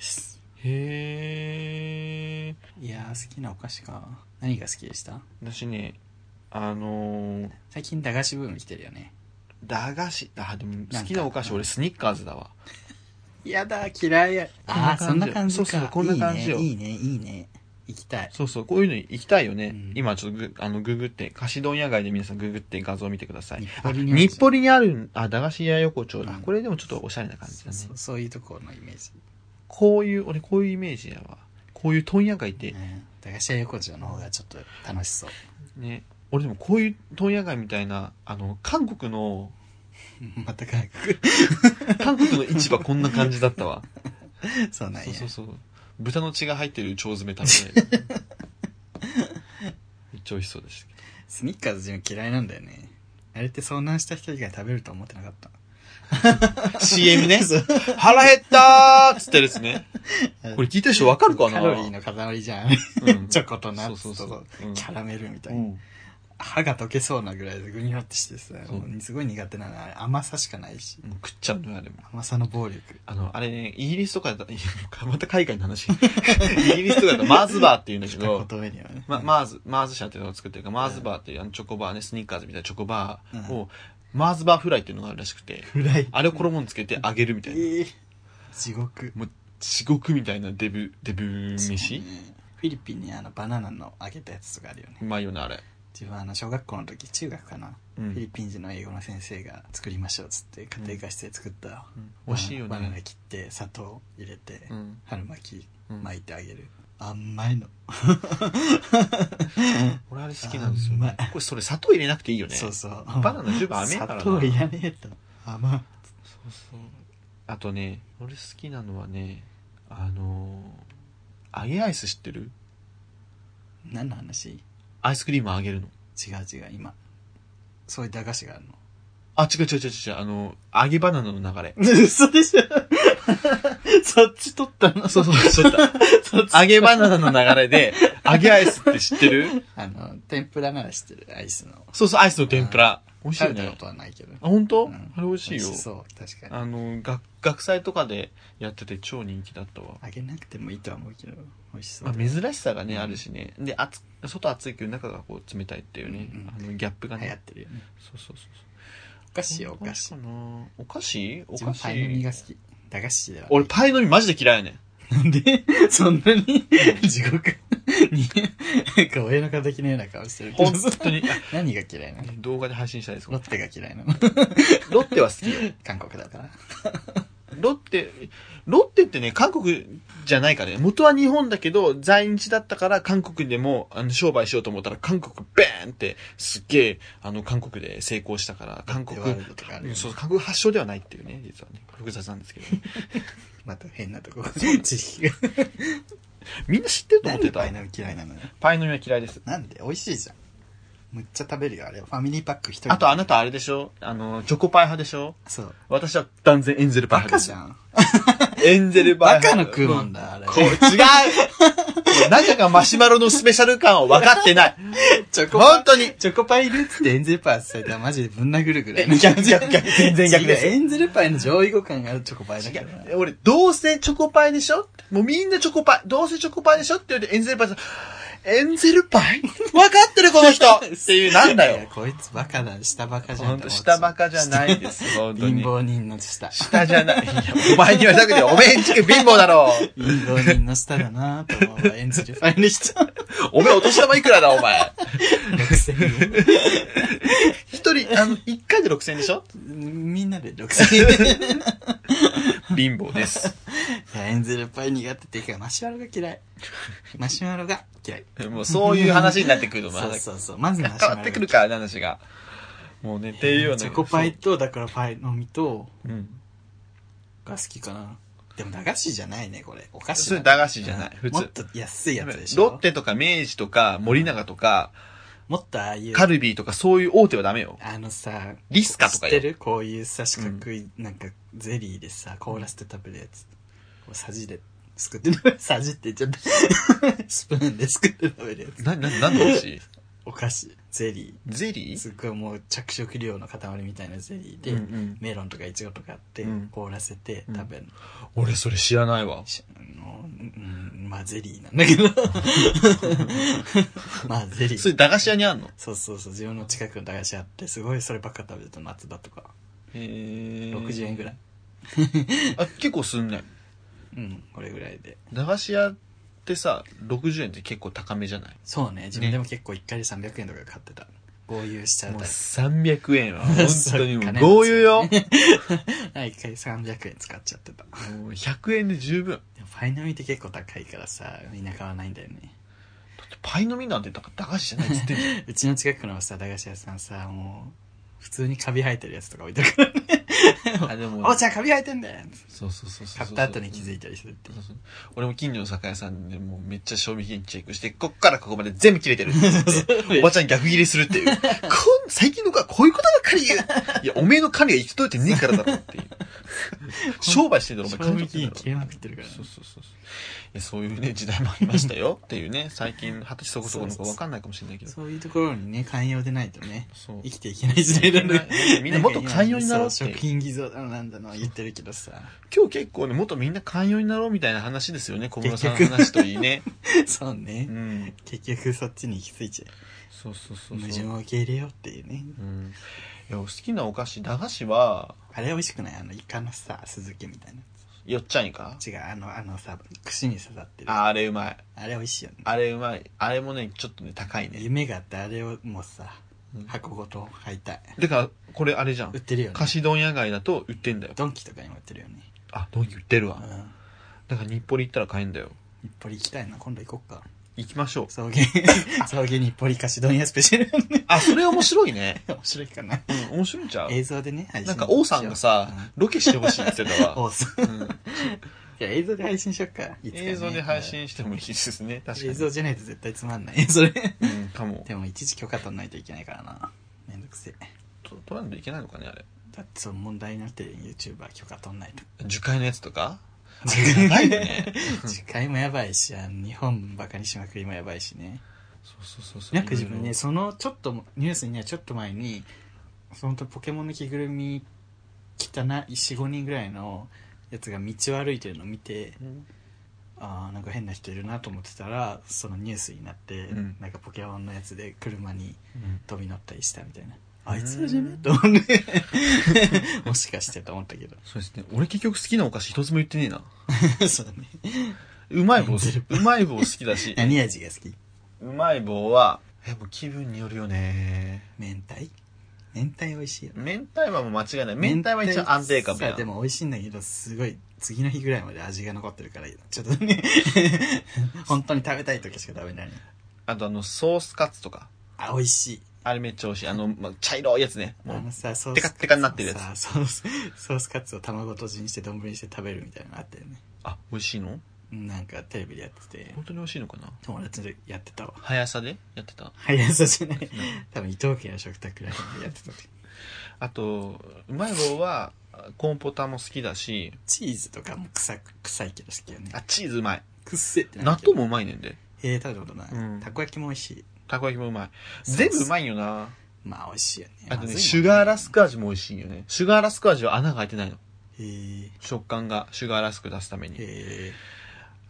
へー。 いやー、好きなお菓子か。何が好きでした？ 私ね、あのー、 最近駄菓子ブーム来てるよね。 駄菓子、あ、でも好きなお菓子俺スニッカーズだわ。 やだ、嫌いや。あー、そんな感じか。 そうそう、こんな感じよ。 いいね、いいね、いいね。行きたい。 そうそう、こういうの行きたいよね。うん、今ちょっとグあのググって、菓子問屋街で皆さんググって画像を見てください。日暮里にある。日暮里にある、あ、駄菓子屋横丁だ、うん。これでもちょっとおしゃれな感じだね。 そうそう、そういうところのイメージ。 こういう、俺こういうイメージやわ。こういう問屋街って。 ね、駄菓子屋横丁の方がちょっと楽しそう。 ね。俺でもこういう問屋街みたいな、あの、韓国の、 また韓国韓国の市場こんな感じだったわ。 そうなんや。 そうそうそう。豚の血が入ってる腸詰め食べて。めっちゃ美味しそうでしたけど。 スニッカーズ自分嫌いなんだよね。あれって遭難した人以外食べると思ってなかった。 シーエム ね。腹減ったーっつってですね。これ聞いた人わかるかな？ カロリーの塊じゃん。うん、チョコとナッツとキャラメルみたいな。うん、歯が溶けそうなぐらいでグニョってしてさ、すごい苦手なの。甘さしかないし。 うん、食っちゃうのよ、あれも。 甘さの暴力。 あの、あれね、イギリスとかだったら、また海外の話。イギリスとかだとマーズバーって言うんだけど、ね、ま、マーズ、マーズ社っていうのを作ってるから、マーズバーっていうあのチョコバーね、スニッカーズみたいなチョコバーを、うん、マーズバーフライっていうのがあるらしくて、 フライあれを衣につけて揚げるみたいな。えー、 地獄。 もう地獄みたいなデブ、デブ飯、ね、 フィリピンにあのバナナの揚げたやつとかあるよね。 うまいよね、あれ。 自分はあの小学校の時、中学かな、うん、フィリピン人の英語の先生が作りましょうっつって家庭科室で作った、 うん、美味しいよね。 バナナ切って砂糖入れて、うん、春巻き巻いてあげる、うん、甘いの。 俺あれ好きなんですよね。これそれ砂糖入れなくていいよね。 そうそう。 バナナ十分甘いからな。 砂糖いらねえと。甘。そうそう。あとね、俺好きなのはね、あのー、揚げアイス知ってる？ 何の話？ アイスクリームを揚げるの。 違う違う、今。そういう駄菓子があるの。 あ、違う違う違う違う、あの、揚げバナナの流れ。 嘘でしょ。そっち取ったの？ そうそう、取った。揚げバナナの流れで、揚げアイスって知ってる？ あの、天ぷらなら知ってる、アイスの。 そうそう、アイスの天ぷら。美味しいよね。 食べたことはないけど。 あ、本当？ うん、 あれ美味しいよ。 美味しそう、確かに。 あの、学、学祭とかでやってて超人気だったわ。 揚げなくてもいいとは思うけど、美味しそう。 まあ、珍しさがね、うん、あるしね。で、熱、外熱いけど中がこう冷たいっていうね。うんうん、あの、ギャップがね。 流行ってるよね。 そうそうそう。 お菓子よ、お菓子。 お菓子？お菓子？ パイの実が好き。駄菓子では。 俺パイの実マジで嫌いやねん。なんでそんなに地獄に、なんか親の敵のような顔してるけど。 本当に。 何が嫌いなの？ 動画で配信したいです。 ロッテが嫌いなの。 ロッテは好きよ。 韓国だから。 ロッテ、ロッテってね、韓国じゃないからね。元は日本だけど、在日だったから韓国でも、あの、商売しようと思ったら、韓国ベーンって、すっげえ、あの、韓国で成功したから、韓国、ね、そう、韓国発祥ではないっていうね、実はね。複雑なんですけど、ね。 また変なとこ。知識が。 みんな知ってると思ってた。 パイの実嫌いなのよ。 パイの実は嫌いです。 なんで？美味しいじゃん。むっちゃ食べるよ、あれ。ファミリーパック一人。 あとあなたあれでしょ？あの、チョコパイ派でしょ？ そう。 私は断然エンゼルパイ派です。 バカじゃん。 エンゼルパイ派。バカの食うもんだ、あれ。 こう、違う中がマシュマロのスペシャル感を分かってない。 チョコパイ。 本当に。 チョコパイいるっつってエンゼルパイされたらマジでぶん殴るぐらい。 逆逆逆。全然逆です。 エンゼルパイの上位互換があるチョコパイだから。 俺、どうせチョコパイでしょ？もうみんなチョコパイ。どうせチョコパイでしょって言うとエンゼルパイさん、 エンゼルパイ分かってるこの人っていう、なんだよ。 いや、こいつバカだ、下バカじゃん。 ほんと、下バカじゃないです、本当に。 貧乏人の下。 下じゃない。いや、お前に言われたくて、おめえんちく貧乏だろ。 貧乏人の下だなと思うわ、エンゼルパイの人。 おめえお年玉いくらだ、お前。 ろくせんえん。 一人、あの、一回でろくせんえんでしょ？ みんなでろくせんえん。 貧乏です。 いや、エンゼルパイ苦手っていうか、マシュマロが嫌い。マシュマロが嫌い。 もうそういう話になってくるの、 そうそうそう。まずマシュマロ変わってくるから、話が。もう寝てるような。 チョコパイと、だからパイの実と、 うん。 が好きかな。でも駄菓子じゃないね、これ。お菓子。 それ駄菓子じゃない。普通。 もっと安いやつでしょ。 ロッテとか明治とか森永とか、 もっとああいう。 カルビーとかそういう大手はダメよ。 あのさ、 リスカとかよ。 知ってる？こういうさ、四角い、なんか、ゼリーでさ、凍らせて食べるやつ。こうさじですくってる。さじって言っちゃった。スプーンですくって食べるやつ。 な、な、なんのお菓子？ お菓子。ゼリー。 ゼリー？ すっごいもう着色料の塊みたいなゼリーで、 うんうん、 メロンとかイチゴとかあって、うん、凍らせて食べるの、 うん。俺それ知らないわ。 あの、うん、まあゼリーなんだけど。まあゼリー。 それ駄菓子屋にあんの？ そうそうそう。自分の近くの駄菓子屋あって、すごいそればっか食べてた、夏場とか。 へー。 ろくじゅうえんぐらい。 あ、結構すんね。 うん、これぐらいで。 駄菓子屋ってさ、ろくじゅうえんって結構高めじゃない？ そうね。自分でも結構いっかいでさんびゃくえんとか買ってた。豪遊しちゃうタイプ。 さんびゃくえんは本当にもう豪遊よ。 はい、いっかいさんびゃくえん使っちゃってた。 もうひゃくえんで十分。 でもパイの実って結構高いからさ、みんな買わないんだよね。 だってパイの実なんて駄菓子じゃないっつってんじゃん。 うちの近くのさ、駄菓子屋さんさ、もう、普通にカビ生えてるやつとか置いてるからね。あ、でも。おーちゃんカビ生えてんだよ。 そうそうそうそう。 買った後に気づいたりするって。 そうそう。俺も近所の酒屋さんでもうめっちゃ賞味期限チェックして、こっからここまで全部切れてるって言って、おばちゃん逆切れするっていう。こん、最近の子はこういうことばっかり言う。いや、おめえの管理が行き届いてねえからだろっていう。商売してんだろ、お前。 賞味期限切れまくってるから、ね。 そうそうそう。いや、そういうね、時代もありましたよっていうね、最近二十歳そこそこの子わかんないかもしれないけど。 そういうところにね、寛容でないとね、生きていけない時代だね。 みんなもっと寛容になろうって。 食品偽造だのなんだの言ってるけどさ。 今日結構ね、もっとみんな寛容になろうみたいな話ですよね、小室さんの話といいね。 そうね、うん。結局そっちに行き着いちゃう。 そうそうそうそう。 矛盾を受け入れようっていうね。 うん。いや、好きなお菓子、駄菓子は、 あれ美味しくない？あの、イカのさ、酢漬けみたいな。 よっちゃんいか？ 違う、あの、あのさ、串に刺さってる。 あ、あれうまい。 あれ美味しいよね。 あれうまい。あれもね、ちょっとね、高いね。 夢があって、あれをもうさ、箱ごと買いたい。 だから、これあれじゃん。 売ってるよね。 菓子問屋街だと売ってんだよ。 ドンキとかにも売ってるよね。 あ、ドンキ売ってるわ。 うん。 だから日暮里行ったら買えんだよ。 日暮里行きたいな。今度行こっか。 行きましょう。 草原、草原日暮里菓子問屋スペシャル、ね。 あ、それ面白いね。 面白いかな。 うん、面白いんちゃう？ 映像でね、 配信。なんか王さんがさ、うん、ロケしてほしいって言ってたわ。 王さん。うん。じゃあ映像で配信しよっか。いつかね、 映像で配信してもいいですね。確かに。 映像じゃないと絶対つまんない。それ。 うん、かも。 でもいちいち許可取んないといけないからな。めんどくせえ。 と取らないといけないのかね、あれ。 だってその問題になってる YouTuber 許可取んないと。 樹海のやつとかやばいよね。 樹海もやばいし、あの日本バカにしまくりもやばいしね。 そうそうそうそう。 なんか自分ね、そのちょっと、ニュースにはちょっと前に、そのとポケモンの着ぐるみ着たな、よん、ごにんぐらいのやつが道を歩いてるのを見て、うん、ああ、なんか変な人いるなと思ってたら、そのニュースになって、うん、なんかポケモンのやつで車に飛び乗ったりしたみたいな。うん、あいつらじゃねと思って。もしかしてと思ったけど。 そうですね。俺結局好きなお菓子一つも言ってねえな。 そうだね。 うまい棒、うまい棒好きだし。 何味が好き？ うまい棒は、え、もう気分によるよね。 明太？明太美味しいよ。 明太はもう間違いない。明太は一応安定感や。 でも美味しいんだけど、すごい、次の日ぐらいまで味が残ってるから、ちょっとね、本当に食べたい時しか食べない。 あとあの、ソースカツとか。 あ、美味しい。 あれめっちゃ美味しい。あの、ま、茶色いやつね。 もうあのさ、ソース。テカテカになってるやつ。 さ、ソース、ソースカツを卵とじにして丼にして食べるみたいなのあったよね。 あ、美味しいの？ なんかテレビでやってて。 本当に美味しいのかな？ 友達でやってたわ。 速さでやってた？ 速さじゃない。多分伊藤家の食卓らへんでやってた時。 あと、うまい棒は、コーンポタも好きだし。 チーズとかも臭く、臭いけど好きよね。 あ、チーズうまい。 くっせってな。納豆もうまいねんで。 へえ、食べたことない。うん、たこ焼きも美味しい。 たこ焼きもうまい。全部うまいよな。 まあ美味しいよね。 あとね、シュガーラスク味も美味しいよね。シュガーラスク味は穴が開いてないの。 へえ。 食感がシュガーラスク出すために。 へえ。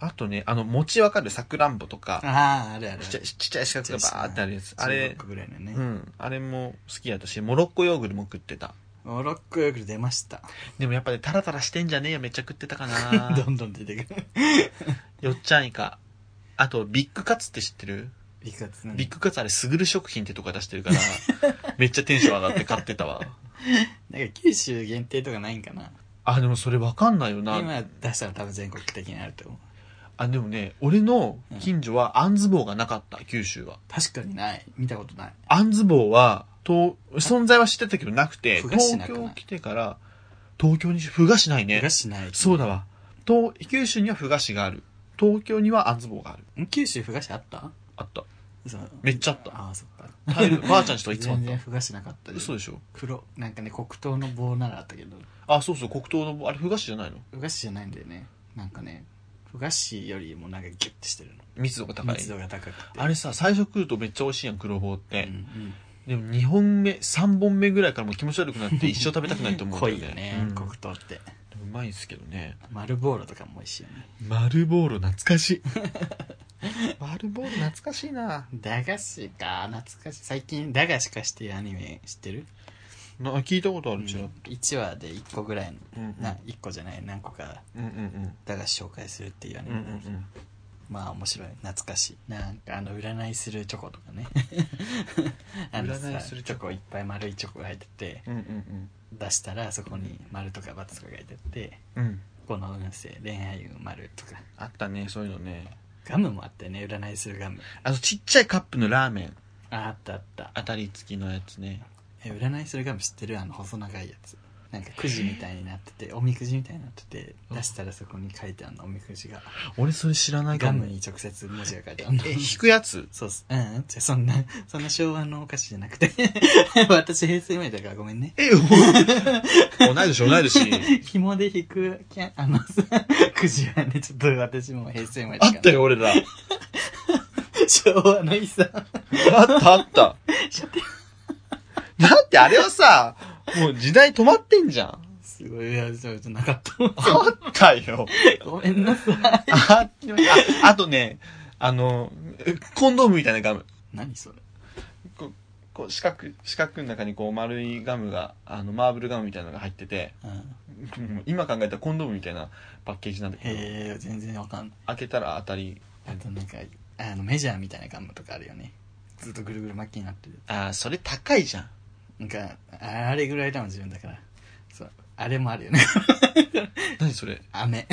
あとね、あの、餅わかるさくらんぼとか、 ああ、あるある。 ちっちゃい、ちっちゃい四角がバーってあるやつ。あれ、 じゅうろっこぐらいのね。 うん。あれも好きだったし、モロッコヨーグルも食ってた。 モロッコヨーグル出ました。 でもやっぱりタラタラしてんじゃねえよ。めっちゃ食ってたかなどんどん出てくる。 よっちゃんいか。あと、ビッグカツって知ってる？ ビッグカツビッグカツあれ、すぐる食品ってとこ出してるから、めっちゃテンション上がって買ってたわ。 なんか九州限定とかないんかな。 あ、でもそれわかんないよな。 今出したら多分全国的にあると思う。 あ、でもね、俺の近所はあんず棒がなかった、九州は。 確かにない。見たことない。 あんず棒は、と、存在は知ってたけどなくて、 ふ菓子な東くない京来てから、東京にふ菓子ないね。 ふ菓子ない。 そうだわ。東、九州にはふ菓子がある。東京にはあんず棒がある。 ん九州ふ菓子あった？ あった。 そうめっちゃあった。 ああ、そっか。 タイルばあちゃんちといつもあっ全た。 然ふ菓子なかったで。 嘘でしょ？ 黒、なんかね、黒糖の棒ならあったけど、 あ、そうそう、黒糖の棒、あれふ菓子じゃないの？ ふ菓子じゃないんだよね。なんかね、ふ菓子よりもなんかギュッてしてるの。 密度が高い。 密度が高くて。 あれさ、最初食うとめっちゃ美味しいやん、黒棒って。 うんうん。 でもにほんめ、さんぼんめぐらいからもう気持ち悪くなって一生食べたくないと思うんだ濃よね。 いよね、 うん黒糖って。 うまいですけどね。 丸ボーロとかも美味しいよね。 丸ボーロ懐かしい。丸ボーロ懐かしいな。 駄菓子か、懐かしい。最近、駄菓子化していうアニメ知ってる？ な聞いたことあるちらっいちわでいっこぐらいの、 うんうんな、いっこじゃない、何個かと。うんうん駄菓子紹介するっていうアニうん。うメ。 んうんうん。 まあ面白い、懐かしい。なんかあの占いするチョコとかね。あのさ占いするチョコチョコいっぱい丸いチョコが入ってて、 うんうん出したらそこに丸とか×とか書いてあって、 うん。うん。 この運勢、恋愛運丸とか。 あったね、そういうのね。 ガムもあったよね、占いするガム。 あとちっちゃいカップのラーメン。 あ、あったあった。 当たり付きのやつね。 え、占いするガム知ってる？あの細長いやつ。なんかくじみたいになってて、おみくじみたいになってて、出したらそこに書いてあるの、おみくじが。 俺それ知らないかも。 ガムに直接文字が書いてあるの。 え、引くやつ？ そうっす。うん、うん。じゃ、そんな、そんな昭和のお菓子じゃなくて。私平成生まれだからごめんね。 え、お同い年同い年。 紐で引く、キャン、あのさ、くじはね、ちょっと私も平成生まれだから。 あったよ、俺ら。 昭和の遺産。 あったあった。だってあれはさ、もう時代止まってんじゃん。 すごい、いや、そうじゃなかった。 あったよ。 ごめんなさい。 あ、あ、あとね、あの、コンドームみたいなガム。 何それ？ こう、こう四角、四角の中にこう丸いガムが、あの、マーブルガムみたいなのが入ってて、 うん。 今考えたらコンドームみたいなパッケージなんだけど、 へえ、全然わかんない。 開けたら当たり。 あとなんか、あの、メジャーみたいなガムとかあるよね。ずっとぐるぐる巻きになってる。 あー、それ高いじゃん。 なんか、あれぐらいだもん、自分だから。そう。あれもあるよね。 何それ？ 飴。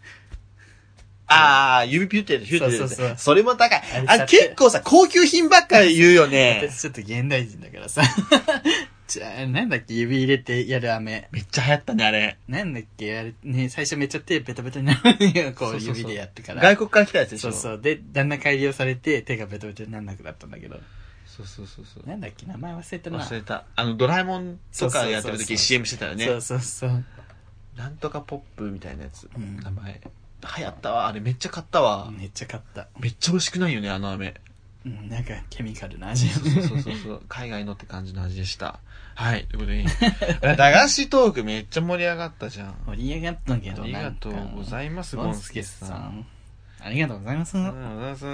あー、指ピュってやる、ピュってやる。 そうそうそうそれも高い。ああれれ結構さ、高級品ばっかり言うよね。 私ちょっと現代人だからさ。じゃあ、なんだっけ、指入れてやる飴。 めっちゃ流行ったね、あれ。 なんだっけ、あれ、ね、最初めっちゃ手ベタベタになるのよ、こそうそうそうう指でやってから。 外国から来たやつでしょ。 そうそう。で、だんだん改良されて、手がベタベタにならなくなったんだけど。 そうそうそうそう。 なんだっけ、名前忘れたな。 忘れた。あの、ドラえもんとかやってる時 シーエム してたよね。 そうそうそう。 なんとかポップみたいなやつ。 うん名前。流行ったわ。あれめっちゃ買ったわ。 めっちゃ買った。 めっちゃ美味しくないよね、あの飴。 うん、なんかケミカルな味。 そうそうそうそう。海外のって感じの味でした。はい。ということで、駄菓子トークめっちゃ盛り上がったじゃん。 盛り上がったけど、 ありがとうございます、ゴンスケさん。 ありがとうございます。 ありがとうございます。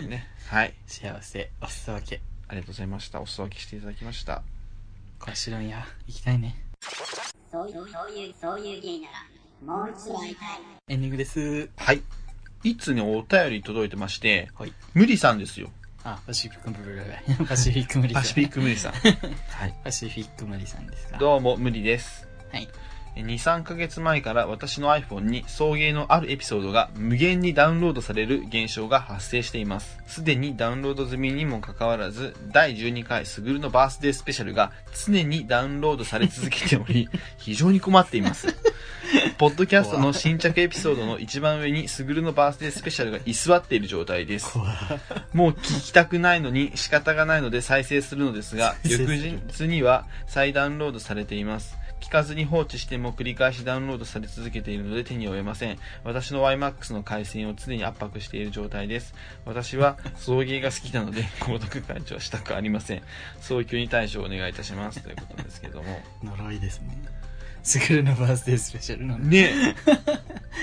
ね。はい。 幸せ、お裾分け。 ありがとうございました。お裾分けしていただきました。 小城や、行きたいね。 そういう、そういう、そういう芸なら、もう一度会いたい。 エンディングです。 はい。いつね、お便り届いてまして、 はい。 無理さんですよ。 あ、パシフィック無理。パシフィック無理さん。 パシフィック無理さん。はい。 パシフィック無理さんですか。 どうも、無理です。 はい。 に、さんかげつまえから私の iPhone に送迎のあるエピソードが無限にダウンロードされる現象が発生しています。すでにダウンロード済みにもかかわらず、だいじゅうにかいスグルのバースデースペシャルが常にダウンロードされ続けており、非常に困っています。ポッドキャストの新着エピソードの一番上にスグルのバースデースペシャルが居座っている状態です。もう聞きたくないのに仕方がないので再生するのですが、翌日には再ダウンロードされています。聞かずに放置しても繰り返しダウンロードされ続けているので手に負えません。私の ワイマックス の回線を常に圧迫している状態です。私は送迎が好きなので購読解除はしたくありません。早急に対処をお願いいたしますということなんですけども。 呪いですね。スグルのバースデースペシャルなんで。 ね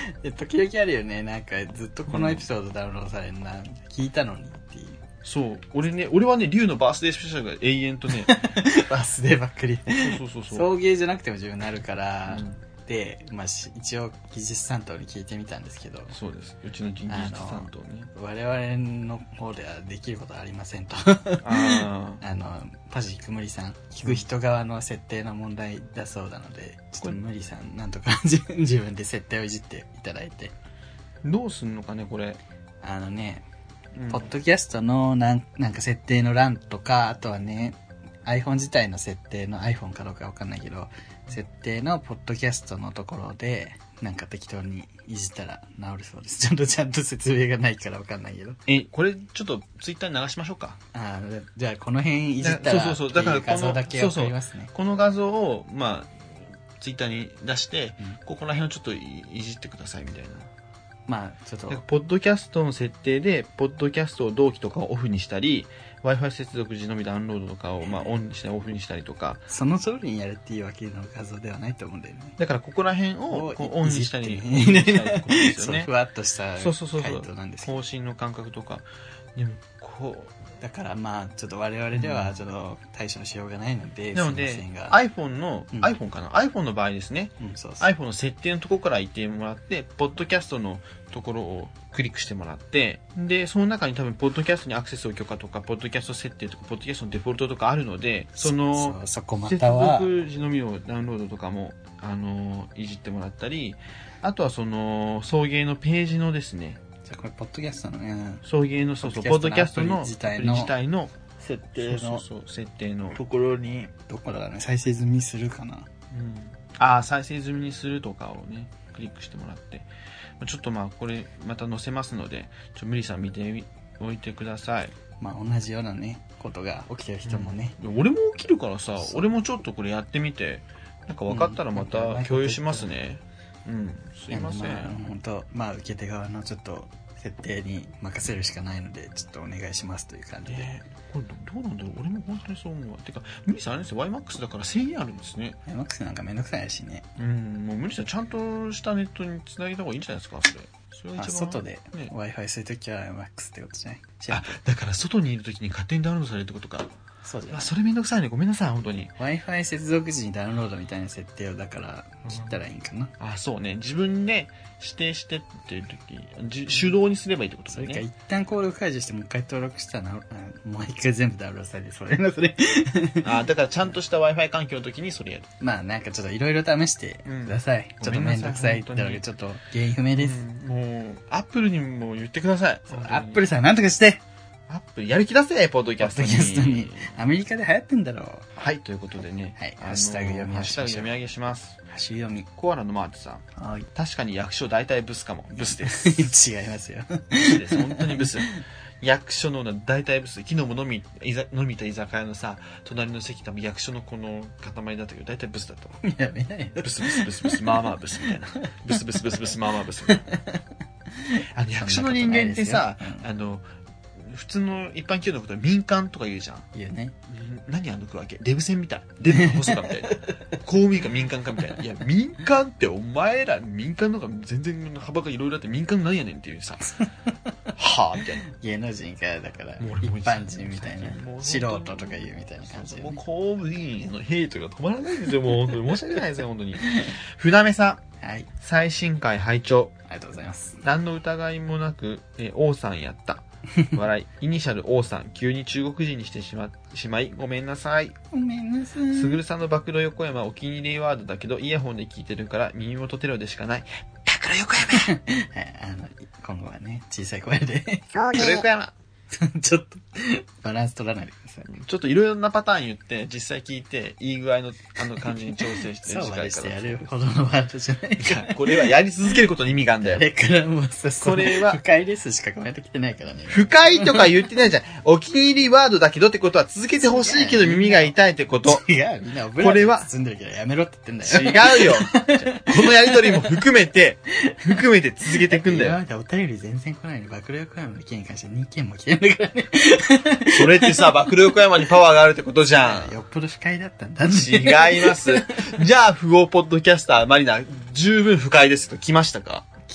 で時々あるよね。なんかずっとこのエピソードダウンロードされるな、うん、聞いたのにっていう。 そう俺ね俺はねリュウのバースデースペシャルが永遠とねバースデーばっかりそうそうそう送迎じゃなくても自分になるから、うん、で、まあ、一応技術担当に聞いてみたんですけど、 そうです、うちの技術担当ね、 我々の方ではできることはありませんとああのパジくむりさん聞く人側の設定の問題だそうなので、ちょっと無理さんなんとか自分で設定をいじっていただいて。 どうすんのかねこれ。 あのね、うん、ポッドキャストのなん、なんか設定の欄とか、あとはね iPhone 自体の設定の iPhone かどうかわかんないけど、設定のポッドキャストのところでなんか適当にいじったら治るそうです。ちゃんとちゃんと説明がないからわかんないけど。 え、これちょっとツイッターに流しましょうか。 ああ、じゃあこの辺いじったら、 そうそうそう、だからこの画像だけわかりますね。 そうそう、この画像をまあツイッターに出して、うん、ここら辺をちょっと い, いじってくださいみたいな。 まあちょっとポッドキャストの設定でポッドキャストを同期とかをオフにしたり、 Wi-Fi 接続時のみダウンロードとかをまあオンにしてオフにしたりとか、 その通りにやるっていうわけの画像ではないと思うんだよね。 だからここら辺をこうオンにしたりオフにしたりってことですよね。 ふわっとしたそうそうそうそう、 回答なんですけど、 方針の感覚とか。でもこうだからまあちょっと我々ではちょっと対処しようがないので、 うん、なので iPhone の、うん、iPhone かな iPhone の場合ですね、うん、そうそう iPhone の設定のところから行ってもらって、ポッドキャストのところをクリックしてもらって、でその中に多分ポッドキャストにアクセスを許可とかポッドキャスト設定とかポッドキャストのデフォルトとかあるので、そのそそこまたは接続時のみをダウンロードとかもあのいじってもらったり、あとはその送迎のページのですね、 じゃあこれポッドキャストのね、 送迎のそうそうポッドキャストの自体の自体の設定のそうそうそう設定のところにどこだろうね、再生済みするかな、 うん、ああ再生済みにするとかをねクリックしてもらって、ちょっとまあこれまた載せますので、ちょ無理さん見ておいてください。 まあ同じようなねことが起きてる人もね、 うん、俺も起きるからさ、俺もちょっとこれやってみて、なんか分かったらまた共有しますね。うん、うん、すいません。 まあ、本当まあ受け手側のちょっと設定に任せるしかないので、ちょっとお願いしますという感じで。 えー、これ ど, どうなんだろう、俺も本当にそう思うわ。てか無理さんあれですよ、 ワイマックス だから制限あるんですね。 ワイマックス なんかめんどくさいしね。 うん、もう無理さんちゃんとしたネットにつなげた方がいいんじゃないですか。それそれが一番、 外で Wi-Fi するときは ワイマックス ってことじゃない。 あ、だから外にいるときに勝手にダウンロードされるってことか。 そうじゃん。 それめんどくさいね、ごめんなさい本当に。 Wi-Fi 接続時にダウンロードみたいな設定をだから切ったらいいんかな、 うん、あ、そうね、自分で指定してっていう時手動にすればいいってことだね。 それか一旦登録解除してもう一回登録したらもう一回全部ダウンロードされて、それなそれあ、だからちゃんとした Wi-Fi 環境の時にそれやる。 まあなんかちょっといろいろ試してください、うん、ちょっとめんどくさいってのでちょっと原因不明です、 うん、もうアップルにも言ってください。 アップルさんなんとかして、 アップルやる気出せ、ポッドキャストに。 ポッドキャストに。アメリカで流行ってんだろう。 はい、ということでね。 はい、ハッシュタグ読み上げしましょう。 ハッシュタグ読み上げします。 ハッシュ読み。 コアラのマーチさん。はい。確かに役所大体ブスかも。ブスです。 違いますよ。 ブスです。本当にブス。役所の大体ブス。昨日も飲み、いざ飲みた居酒屋のさ、隣の席多分役所のこの塊だったけど、大体ブスだったわ。 やめないよ。 ブスブスブスブス、まあまあブスみたいな。ブスブスブスブス、まあまあブスみたいな。あの役所の人間ってさ、うん、あの、普通の一般企業のことは民間とか言うじゃん。 言うね。 何あの区分け、デブ戦みたい。デブか細かみたいな。公務員か民間かみたいな。いや、民間ってお前ら民間の方が全然幅がいろいろあって民間なんやねんっていうさ。はぁみたいな。 芸能人からだから、一般人みたいな。素人とか言うみたいな感じで、ね。 もう公務員のヘイトが止まらないんですよ。もう本当に申し訳ないですよ、本当に。船目さん。はい。最新回拝聴。 ありがとうございます。 何の疑いもなく、え、王さんやった。笑い。イニシャル O さん、急に中国人にしてしま、しまい、ごめんなさい。 ごめんなさい。 すぐるさんの暴露横山お気に入りワードだけど、イヤホンで聞いてるから耳元テロでしかない。暴露横山はい、あの、今後はね、小さい声で。 暴露横山ちょっと、バランス取らないでください。 ちょっといろいろなパターン言って、実際聞いて、いい具合の、あの感じに調整して、 そうまでしてやるほどのワードじゃないから。 これはやり続けることに意味があるんだよ。 だからもうさ、 これは、 不快ですしかコメント来てないからね。 不快とか言ってないじゃん。お気に入りワードだけどってことは続けてほしいけど耳が痛いってこと。 違う、みんなオブラートに包んでるけどやめろって言ってんだよ。違うよ。このやりとりも含めて、含めて続けていくんだよ。 今までお便り全然来ないのに、暴露横山の件に関してにけんも来てるんだからね。 それってさ、暴露横山にパワーがあるってことじゃん。 よっぽど不快だったんだね。 違います。じゃあ、不合ポッドキャスター、マリナ、十分不快ですと来ましたか？ 来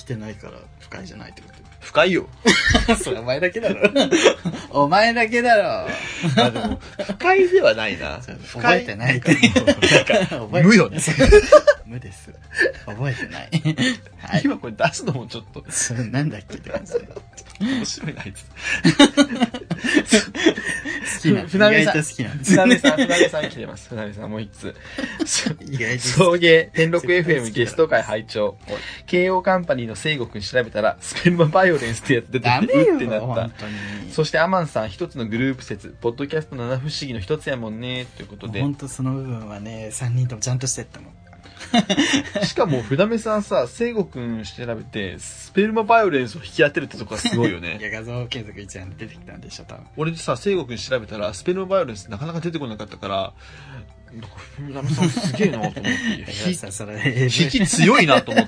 てないから不快じゃないってこ深いよ。 とそれお前だけだろお前だけだろあ、でも、不快ではないな。 覚えてないって。 なんか、無よね。 無です。覚えてない。はい。 今これ出すのもちょっと。 それなんだっけって感じで。 面白いな、あいつ。 好きな。 船目さん。 意外と好きなんです。 船目さん、船目さん来てます。船目さんもう一つ。 意外と。 送迎、天禄 エフエム ゲスト会拝聴。慶応カンパニーの聖吾くん調べたら、スペルマバイオレンスってやつ出てダメて、うってよ、 なった。 本当に。 そしてアマンさん、一つのグループ説、ポッドキャスト七不思議の一つやもんね、ということで。 本当その部分はね、三人ともちゃんとしてったもん。 しかも、船目さんさ、聖吾くん調べて、スペルマバイオレンスを引き当てるってとこがすごいよいね。 や、画像検索一覧で出てきたんでしょ、多分。 俺でさ、聖吾くん調べたら、スペルマバイオレンスなかなか出てこなかったから、なんか、船目さんすげえなと思って。 引き、それ、 引き強いなと思って。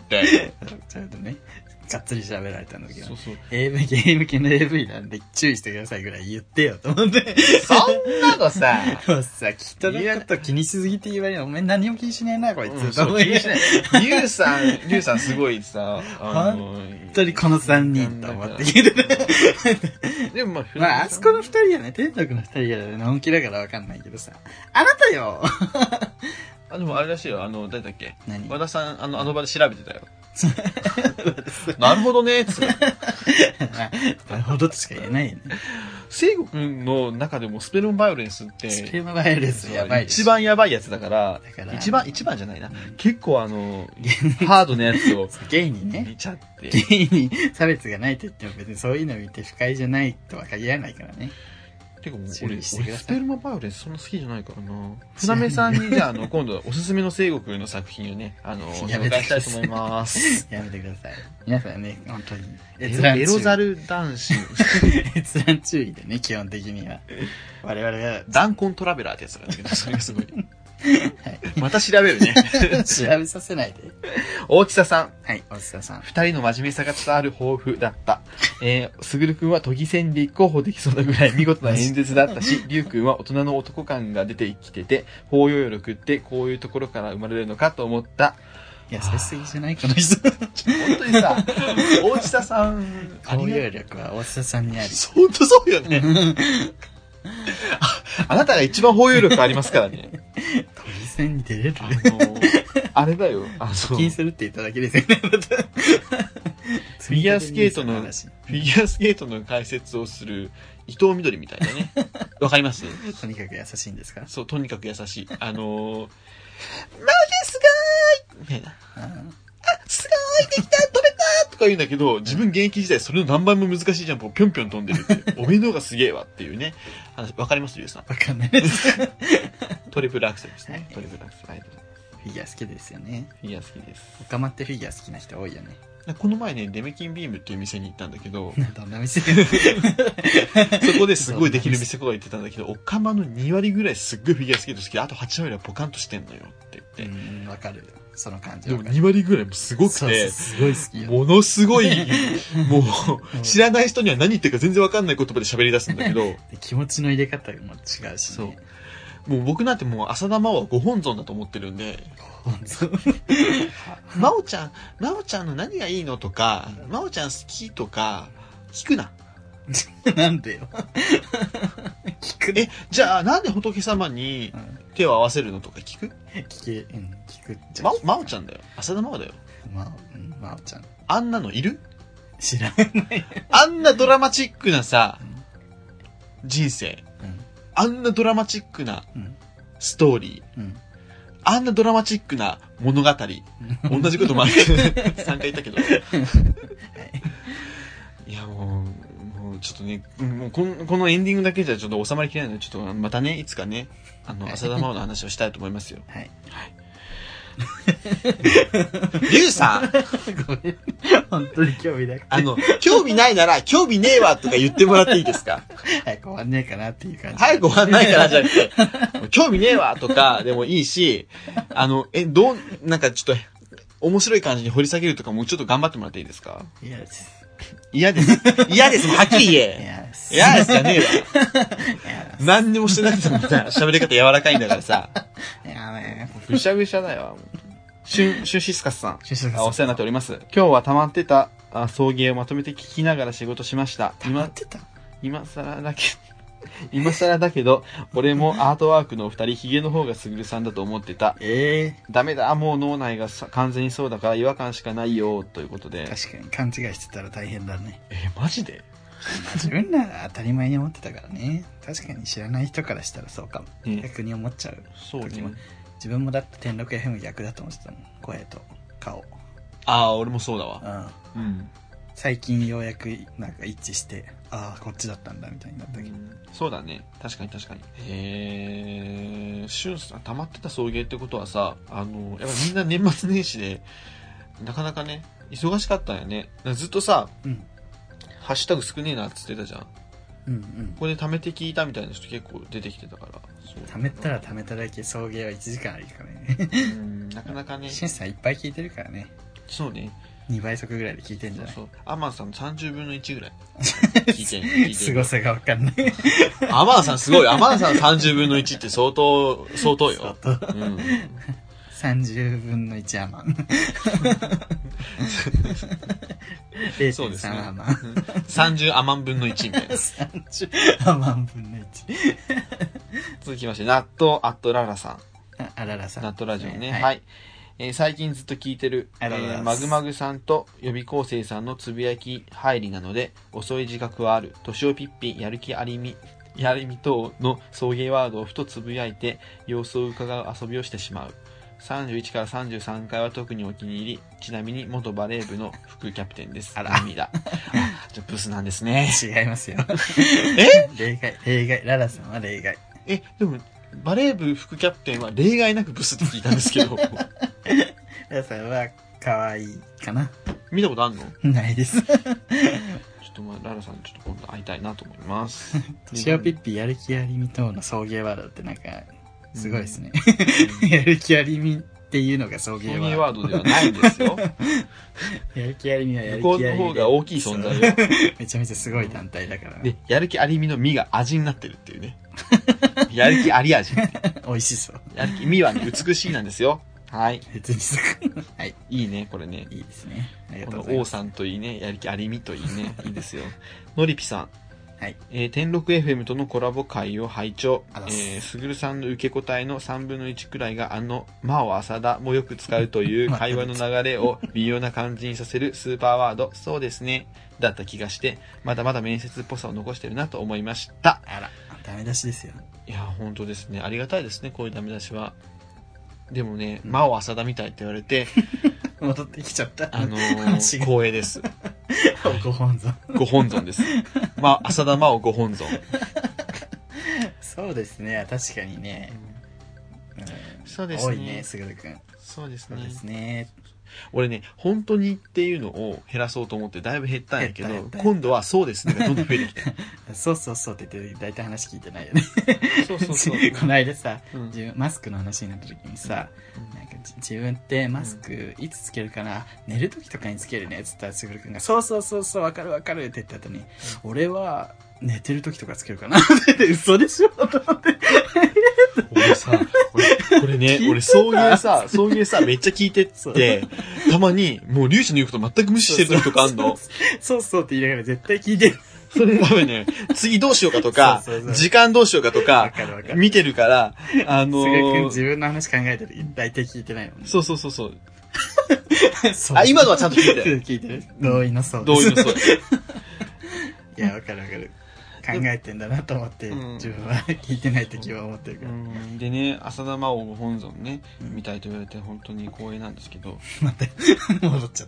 ちゃんとね、がっつり喋られたんだけど。 そうそう。 エーブイ、ゲーム系の エーブイ なんで注意してくださいぐらい言ってよと思って。 そんなのさ、 もうさ、人のこと気にしすぎて言われるお前何も気にしねえな、こいつ。 うん、そう気にしない。リュウさん、リュウさんすごいさ、 あの本当にこの三人と思って聞いてて。 でもまあ、 まあ、あそこの二人やね、天徳の二人やね、のんきだからわかんないけどさ。あなたよあ、でもあれらしいよ、あの、誰だっけ何和田さん、あの、あの場で調べてたよ。なるほどね、つって。 なるほどとしか言えないよね。 聖吾くんの中でもスペルマバイオレンスって、 スペルマバイオレンスやばいです。 一番やばいやつだから、 だから一番、一番じゃないな。結構あの、ハードなやつをゲイにね、 見ちゃって。 ゲイに差別がないと言っても別にそういうの見て不快じゃないとは限らないからね。 てかもう注俺、俺意してくださいスペルマバイオレンスそんな好きじゃないからな。船目さんにじゃあ、あの、今度おすすめの聖吾くんの作品をね、あの、 やめ紹介したてくださいいと思います。 やめてください。皆さんね、本当に。 エロエロザル男子。 閲覧注意でね、基本的には。我々が。 弾痕トラベラーってやつがあるんだけど、それがすごい。 はい、 また調べるね。 調べさせないで。 大地田さん。 はい、大地田さん。 二人の真面目さが伝わる抱負だった。えー、すぐるくんは都議選に立候補できそうなぐらい見事な演説だったし、りゅうくんは大人の男感が出てきてて、包容力ってこういうところから生まれるのかと思った。 いや、優しすぎじゃないこの人。 本当にさ、大地田さん、 包容力は大地田さんにあり。 本当そうよね。あ, あなたが一番包容力ありますからね。 都議選に出れるあのー、あれだよ。あの課金するって言っただけですよね。 フィギュアスケートの、フィギュアスケートの解説をする伊藤みどりみたいなね。わかります？ とにかく優しいんですか？ そう、とにかく優しい。あのー、マジすごーいみたいな。あ、すごいできた飛べたとか言うんだけど、自分現役時代それの何倍も難しいジャンプをぴょんぴょん飛んでるって、おめえの方がすげえわっていうね。わかりますゆうさん。 わかんないです。 トリプルアクセルですね。 はい、 トリプルアクセル。はい、 フィギュア好きですよね。 フィギュア好きです。 オカマってフィギュア好きな人多いよね。 この前ね、デメキンビームっていう店に行ったんだけど、 どんな店？ そこですごいできる店とか言ってたんだけど、オカマのに割ぐらいすっごいフィギュアスケート好きで、あとはち割はポカンとしてんのよって言って。 うん、わかる。その感じ。 でもに割ぐらいもすごくて、 そうそうすごい好きよ。 ものすごい、もう、知らない人には何言ってるか全然わかんない言葉で喋り出すんだけど、 気持ちの入れ方も違うし、ね。 そう。もう僕なんてもう浅田真央はご本尊だと思ってるんで、真央ちゃん、真央ちゃんの何がいいのとか、真央ちゃん好きとか、聞くな。 なんでよ。聞くえ、じゃあなんで仏様に手を合わせるのとか聞く？ 聞け、うん、聞く。 ま、真央ちゃんだよ。浅田真央だよ。 まあ、うん、真央ちゃん。 あんなのいる？ 知らない。 あんなドラマチックなさ、うん、人生。 うんあんなドラマチックなストーリー、 うん、 あんなドラマチックな物語、同じこともあるさんかい言ったけど、はい、いやもう、もうちょっとね、もうこの、このエンディングだけじゃちょっと収まりきれないので、ちょっとまたね、いつかね、あの、浅田真央の話をしたいと思いますよ。 はい。はいリュウさんごめん。本当に興味なくて。 あの、興味ないなら、興味ねえわとか言ってもらっていいですか？ 早く終わんねえかなっていう感じ。 早く終わんないかなじゃなくて、興味ねえわとかでもいいし、あの、え、どう、なんかちょっと、面白い感じに掘り下げるとかもうちょっと頑張ってもらっていいですか？ 嫌です。 嫌です。嫌です。はっきり言え。 嫌です。 嫌ですじゃねえわ。何にもしてなくてもさ、喋り方柔らかいんだからさ。 いやね。 ぐしゃぐしゃだよ。 シュン、シュンシスカスさん。 シュンシスカスさんあお世話になっております。今日は溜まってたあ送迎をまとめて聞きながら仕事しました。 溜まってた今、今更だけ、今更だけど、俺もアートワークのお二人、ヒゲの方がすぐるさんだと思ってた。 ええー。 ダメだ、もう脳内がさ完全にそうだから違和感しかないよ、ということで。 確かに勘違いしてたら大変だね。 え、マジで？ まあ自分らが当たり前に思ってたからね。確かに知らない人からしたらそうかも。 ね、 逆に思っちゃうそうね。 自分もだって天禄 エフエム 逆だと思ってたもん。声と顔。 ああ、俺もそうだわ。 うん。 うん。 最近ようやくなんか一致して、ああ、こっちだったんだみたいになったけど。うん、 そうだね。確かに確かに。へえ、シュンさん、溜まってた送迎ってことはさ、あの、やっぱみんな年末年始で、なかなかね、忙しかったんよね。ずっとさ、うん、ハッシュタグ少ねえなって言ってたじゃん。うんうん。ここで貯めて聞いたみたいな人結構出てきてたから。 貯めたら貯めただけ送迎はいちじかんあるからね。 うん、なかなかね。 シンさんいっぱい聞いてるからね。 そうね。 にばい速ぐらいで聞いてんじゃない？ そうそう。アマンさんのさんじゅうぶんのいちぐらい。聞いてん。聞いてん。 凄さがわかんない。 アマンさんすごい。アマンさんさんじゅうぶんのいちって相当、相当よ。相当。うん。 さんじゅうぶんのいちアマン。 そうですね。アマン。さんじゅうアマン分のいちみたいな。 さんじゅうアマン分のいち。 続きまして、納豆アットララさん。 あららさん。 納豆ラジオね。はい。はい、えー、最近ずっと聞いてる、えー、マグマグさんと予備校生さんのつぶやき入りなので、遅い自覚はある。年をピッピ、やる気ありみ、やりみ等の送迎ワードをふとつぶやいて、様子を伺う遊びをしてしまう。さんじゅういちからさんじゅうさんかいは特にお気に入り。ちなみに元バレー部の副キャプテンです。 あら。 涙。じゃブスなんですね。 違いますよ。 え例外、例外。ララさんは例外。 え、でも、バレー部副キャプテンは例外なくブスって聞いたんですけど。 ララさんは可愛いかな。 見たことあんの？ ないです。ちょっとまあ、ララさんちょっと今度会いたいなと思います。 シオピッピやる気ありみ等の送迎ワードってなんか、すごいですね。うん、やる気ありみっていうのが送迎ワード。 送迎ワードではないんですよ。 やる気ありみはやる気ありみ。 向こうの方が大きい存在よ。 めちゃめちゃすごい団体だから。 で、やる気ありみのみが味になってるっていうね。やる気あり味。 美味しそう。 やる気、みはね、美しいなんですよ。はい。 別にすぐ。はい。 いいね、これね。 いいですね。 ありがとうございます。この王さんといいね、やる気ありみといいね。いいですよ。のりぴさん。はい。えー、天禄 エフエム とのコラボ会を拝聴。えー、すぐるさんの受け答えのさんぶんのいちくらいがあの、真央浅田もよく使うという会話の流れを微妙な感じにさせるスーパーワード、そうですね、だった気がして、まだまだ面接っぽさを残してるなと思いました。 あら、ダメ出しですよ。 いや、本当ですね。ありがたいですね、こういうダメ出しは。でもね、真央浅田みたいって言われて、 戻ってきちゃった。 あのー、光栄です。 ご本尊。 ご本尊です。まあ、浅田真央ご本尊。 そうですね、確かにね。 うんうん、そうですね。 多いね、すぐるくん。 そうですね。 そうですね。 俺ね、本当にっていうのを減らそうと思ってだいぶ減ったんやけど、今度はそうですねがどんどん増えてきて。 そうそうそうって言って大体話聞いてないよね。 そうそうそう。 この間さ、 うん、 自分マスクの話になった時にさ、うん、なんか自分ってマスクいつつけるかな、うん、寝る時とかにつけるねっつったらすぐるくんが、そうそうそうそうわかるわかるって言った後に、うん、俺は寝てる時とかつけるかなって嘘でしょと思って。 俺さ、俺、これね、俺送迎さ、送迎さ、めっちゃ聞いてって、たまに、もう、リュウジの言うこと全く無視してる時とかあんの。 そうそうって言いながら絶対聞いてる。 それ多分ね、次どうしようかとか、そうそうそう時間どうしようかとか、かか見てるから、あのー、 すぐくん自分の話考えてる時大体聞いてないもんね。 そうそうそうそう。あ、今のはちゃんと聞いてる。 聞いてる。同意のそうです。同意のそう。 いや、わかるわかる。考えてんだなと思って、うん、自分は聞いてない時は思ってるから、うん、 でね、浅田真央ご本尊ね、うん、見たいと言われて本当に光栄なんですけど、 待って戻っちゃった。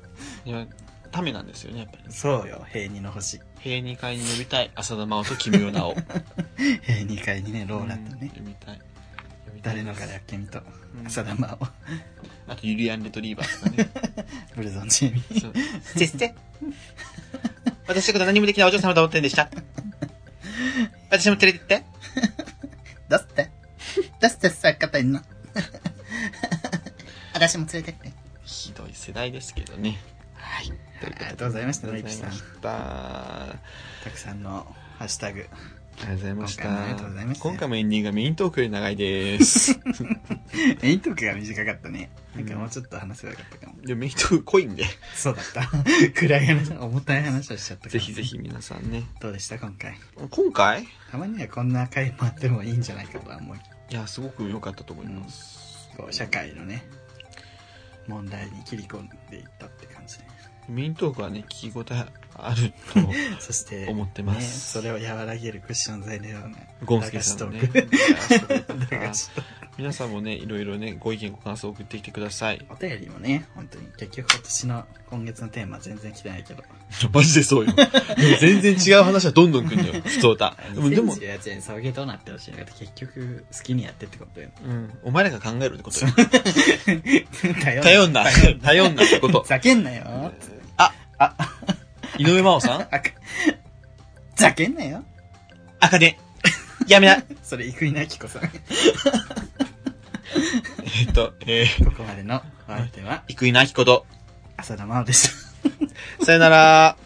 いや、ためなんですよね、やっぱり。 そうよ、平二の星。 平二階に呼びたい浅田真央と君代直。 平二階にね、ローラとね、 呼びたい。 誰のかやっけみと、うん、浅田真央。 あとユリアン・レトリーバーとかね。 ブルゾンチーミー。 せっせ。私のこと何もできないお嬢様と思ってるんでした。私も連れてって。 どうしてどうしてそういう方いんの私も連れてって。 ひどい世代ですけどね。はい。 ありがとうございました、ノリピさん。 たくさんのハッシュタグありがとうございました。 今回もありがとうございました。 今回もエンディングがメイントークより長いです。 メイントークが短かったね。なんかもうちょっと話せばよかったかも。 でもメイントーク濃いんで。 そうだった。暗い話、重たい話をしちゃったから。 ぜひぜひ皆さんね。 どうでした今回。 今回たまにはこんな回もあってもいいんじゃないかとは思い。 いや、すごく良かったと思います。 うん、こう社会のね、問題に切り込んでいったって感じで。 メイントークはね、聞き応えあるとそして思ってます、 ね、それを和らげるクッション材料のゴンスケさんのね皆さんもね、いろいろね、ご意見ご感想を送ってきてください。 お便りもね、本当に結局今年の今月のテーマ全然来てないけどマジでそうよ。全然違う話はどんどん来るのよ、普通だ。 でもでもにせんじゅうはちねん送迎どうなってほしいのかって結局好きにやってってことよ。 うん、お前らが考えるってことよ。 頼んな頼んなってことざけんなよ。 ああ井上真央さんざけんなよ。 あかねやめな。 それ生稲晃子さん。 えっと、えー、 ここまでのお相手は生稲晃子と浅田真央でした。 さよなら。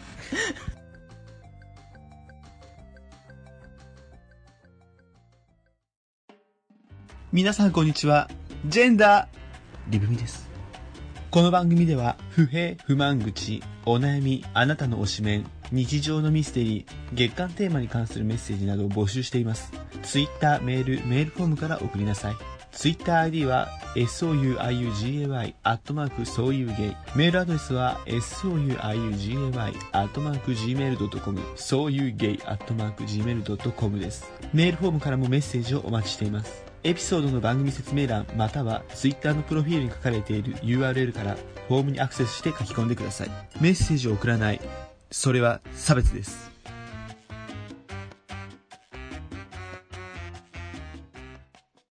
皆さんこんにちは。ジェンダーリブミです。 この番組では不平不満口、お悩み、あなたの推しメン、日常のミステリー、月間テーマに関するメッセージなどを募集しています。ツイッター、メール、メールフォームから送りなさい。ツイッター アイディー は ソユーアイユージーエーワイ アットマークそういうゲイ。メールアドレスは ソユーアイユージーエーワイ アットマーク ジーメールドットコム そういうゲイ アットマーク ジーメールドットコム です。メールフォームからもメッセージをお待ちしています。エピソードの番組説明欄または Twitter のプロフィールに書かれている ユーアールエル からフォームにアクセスして書き込んでください。メッセージを送らない、それは差別です。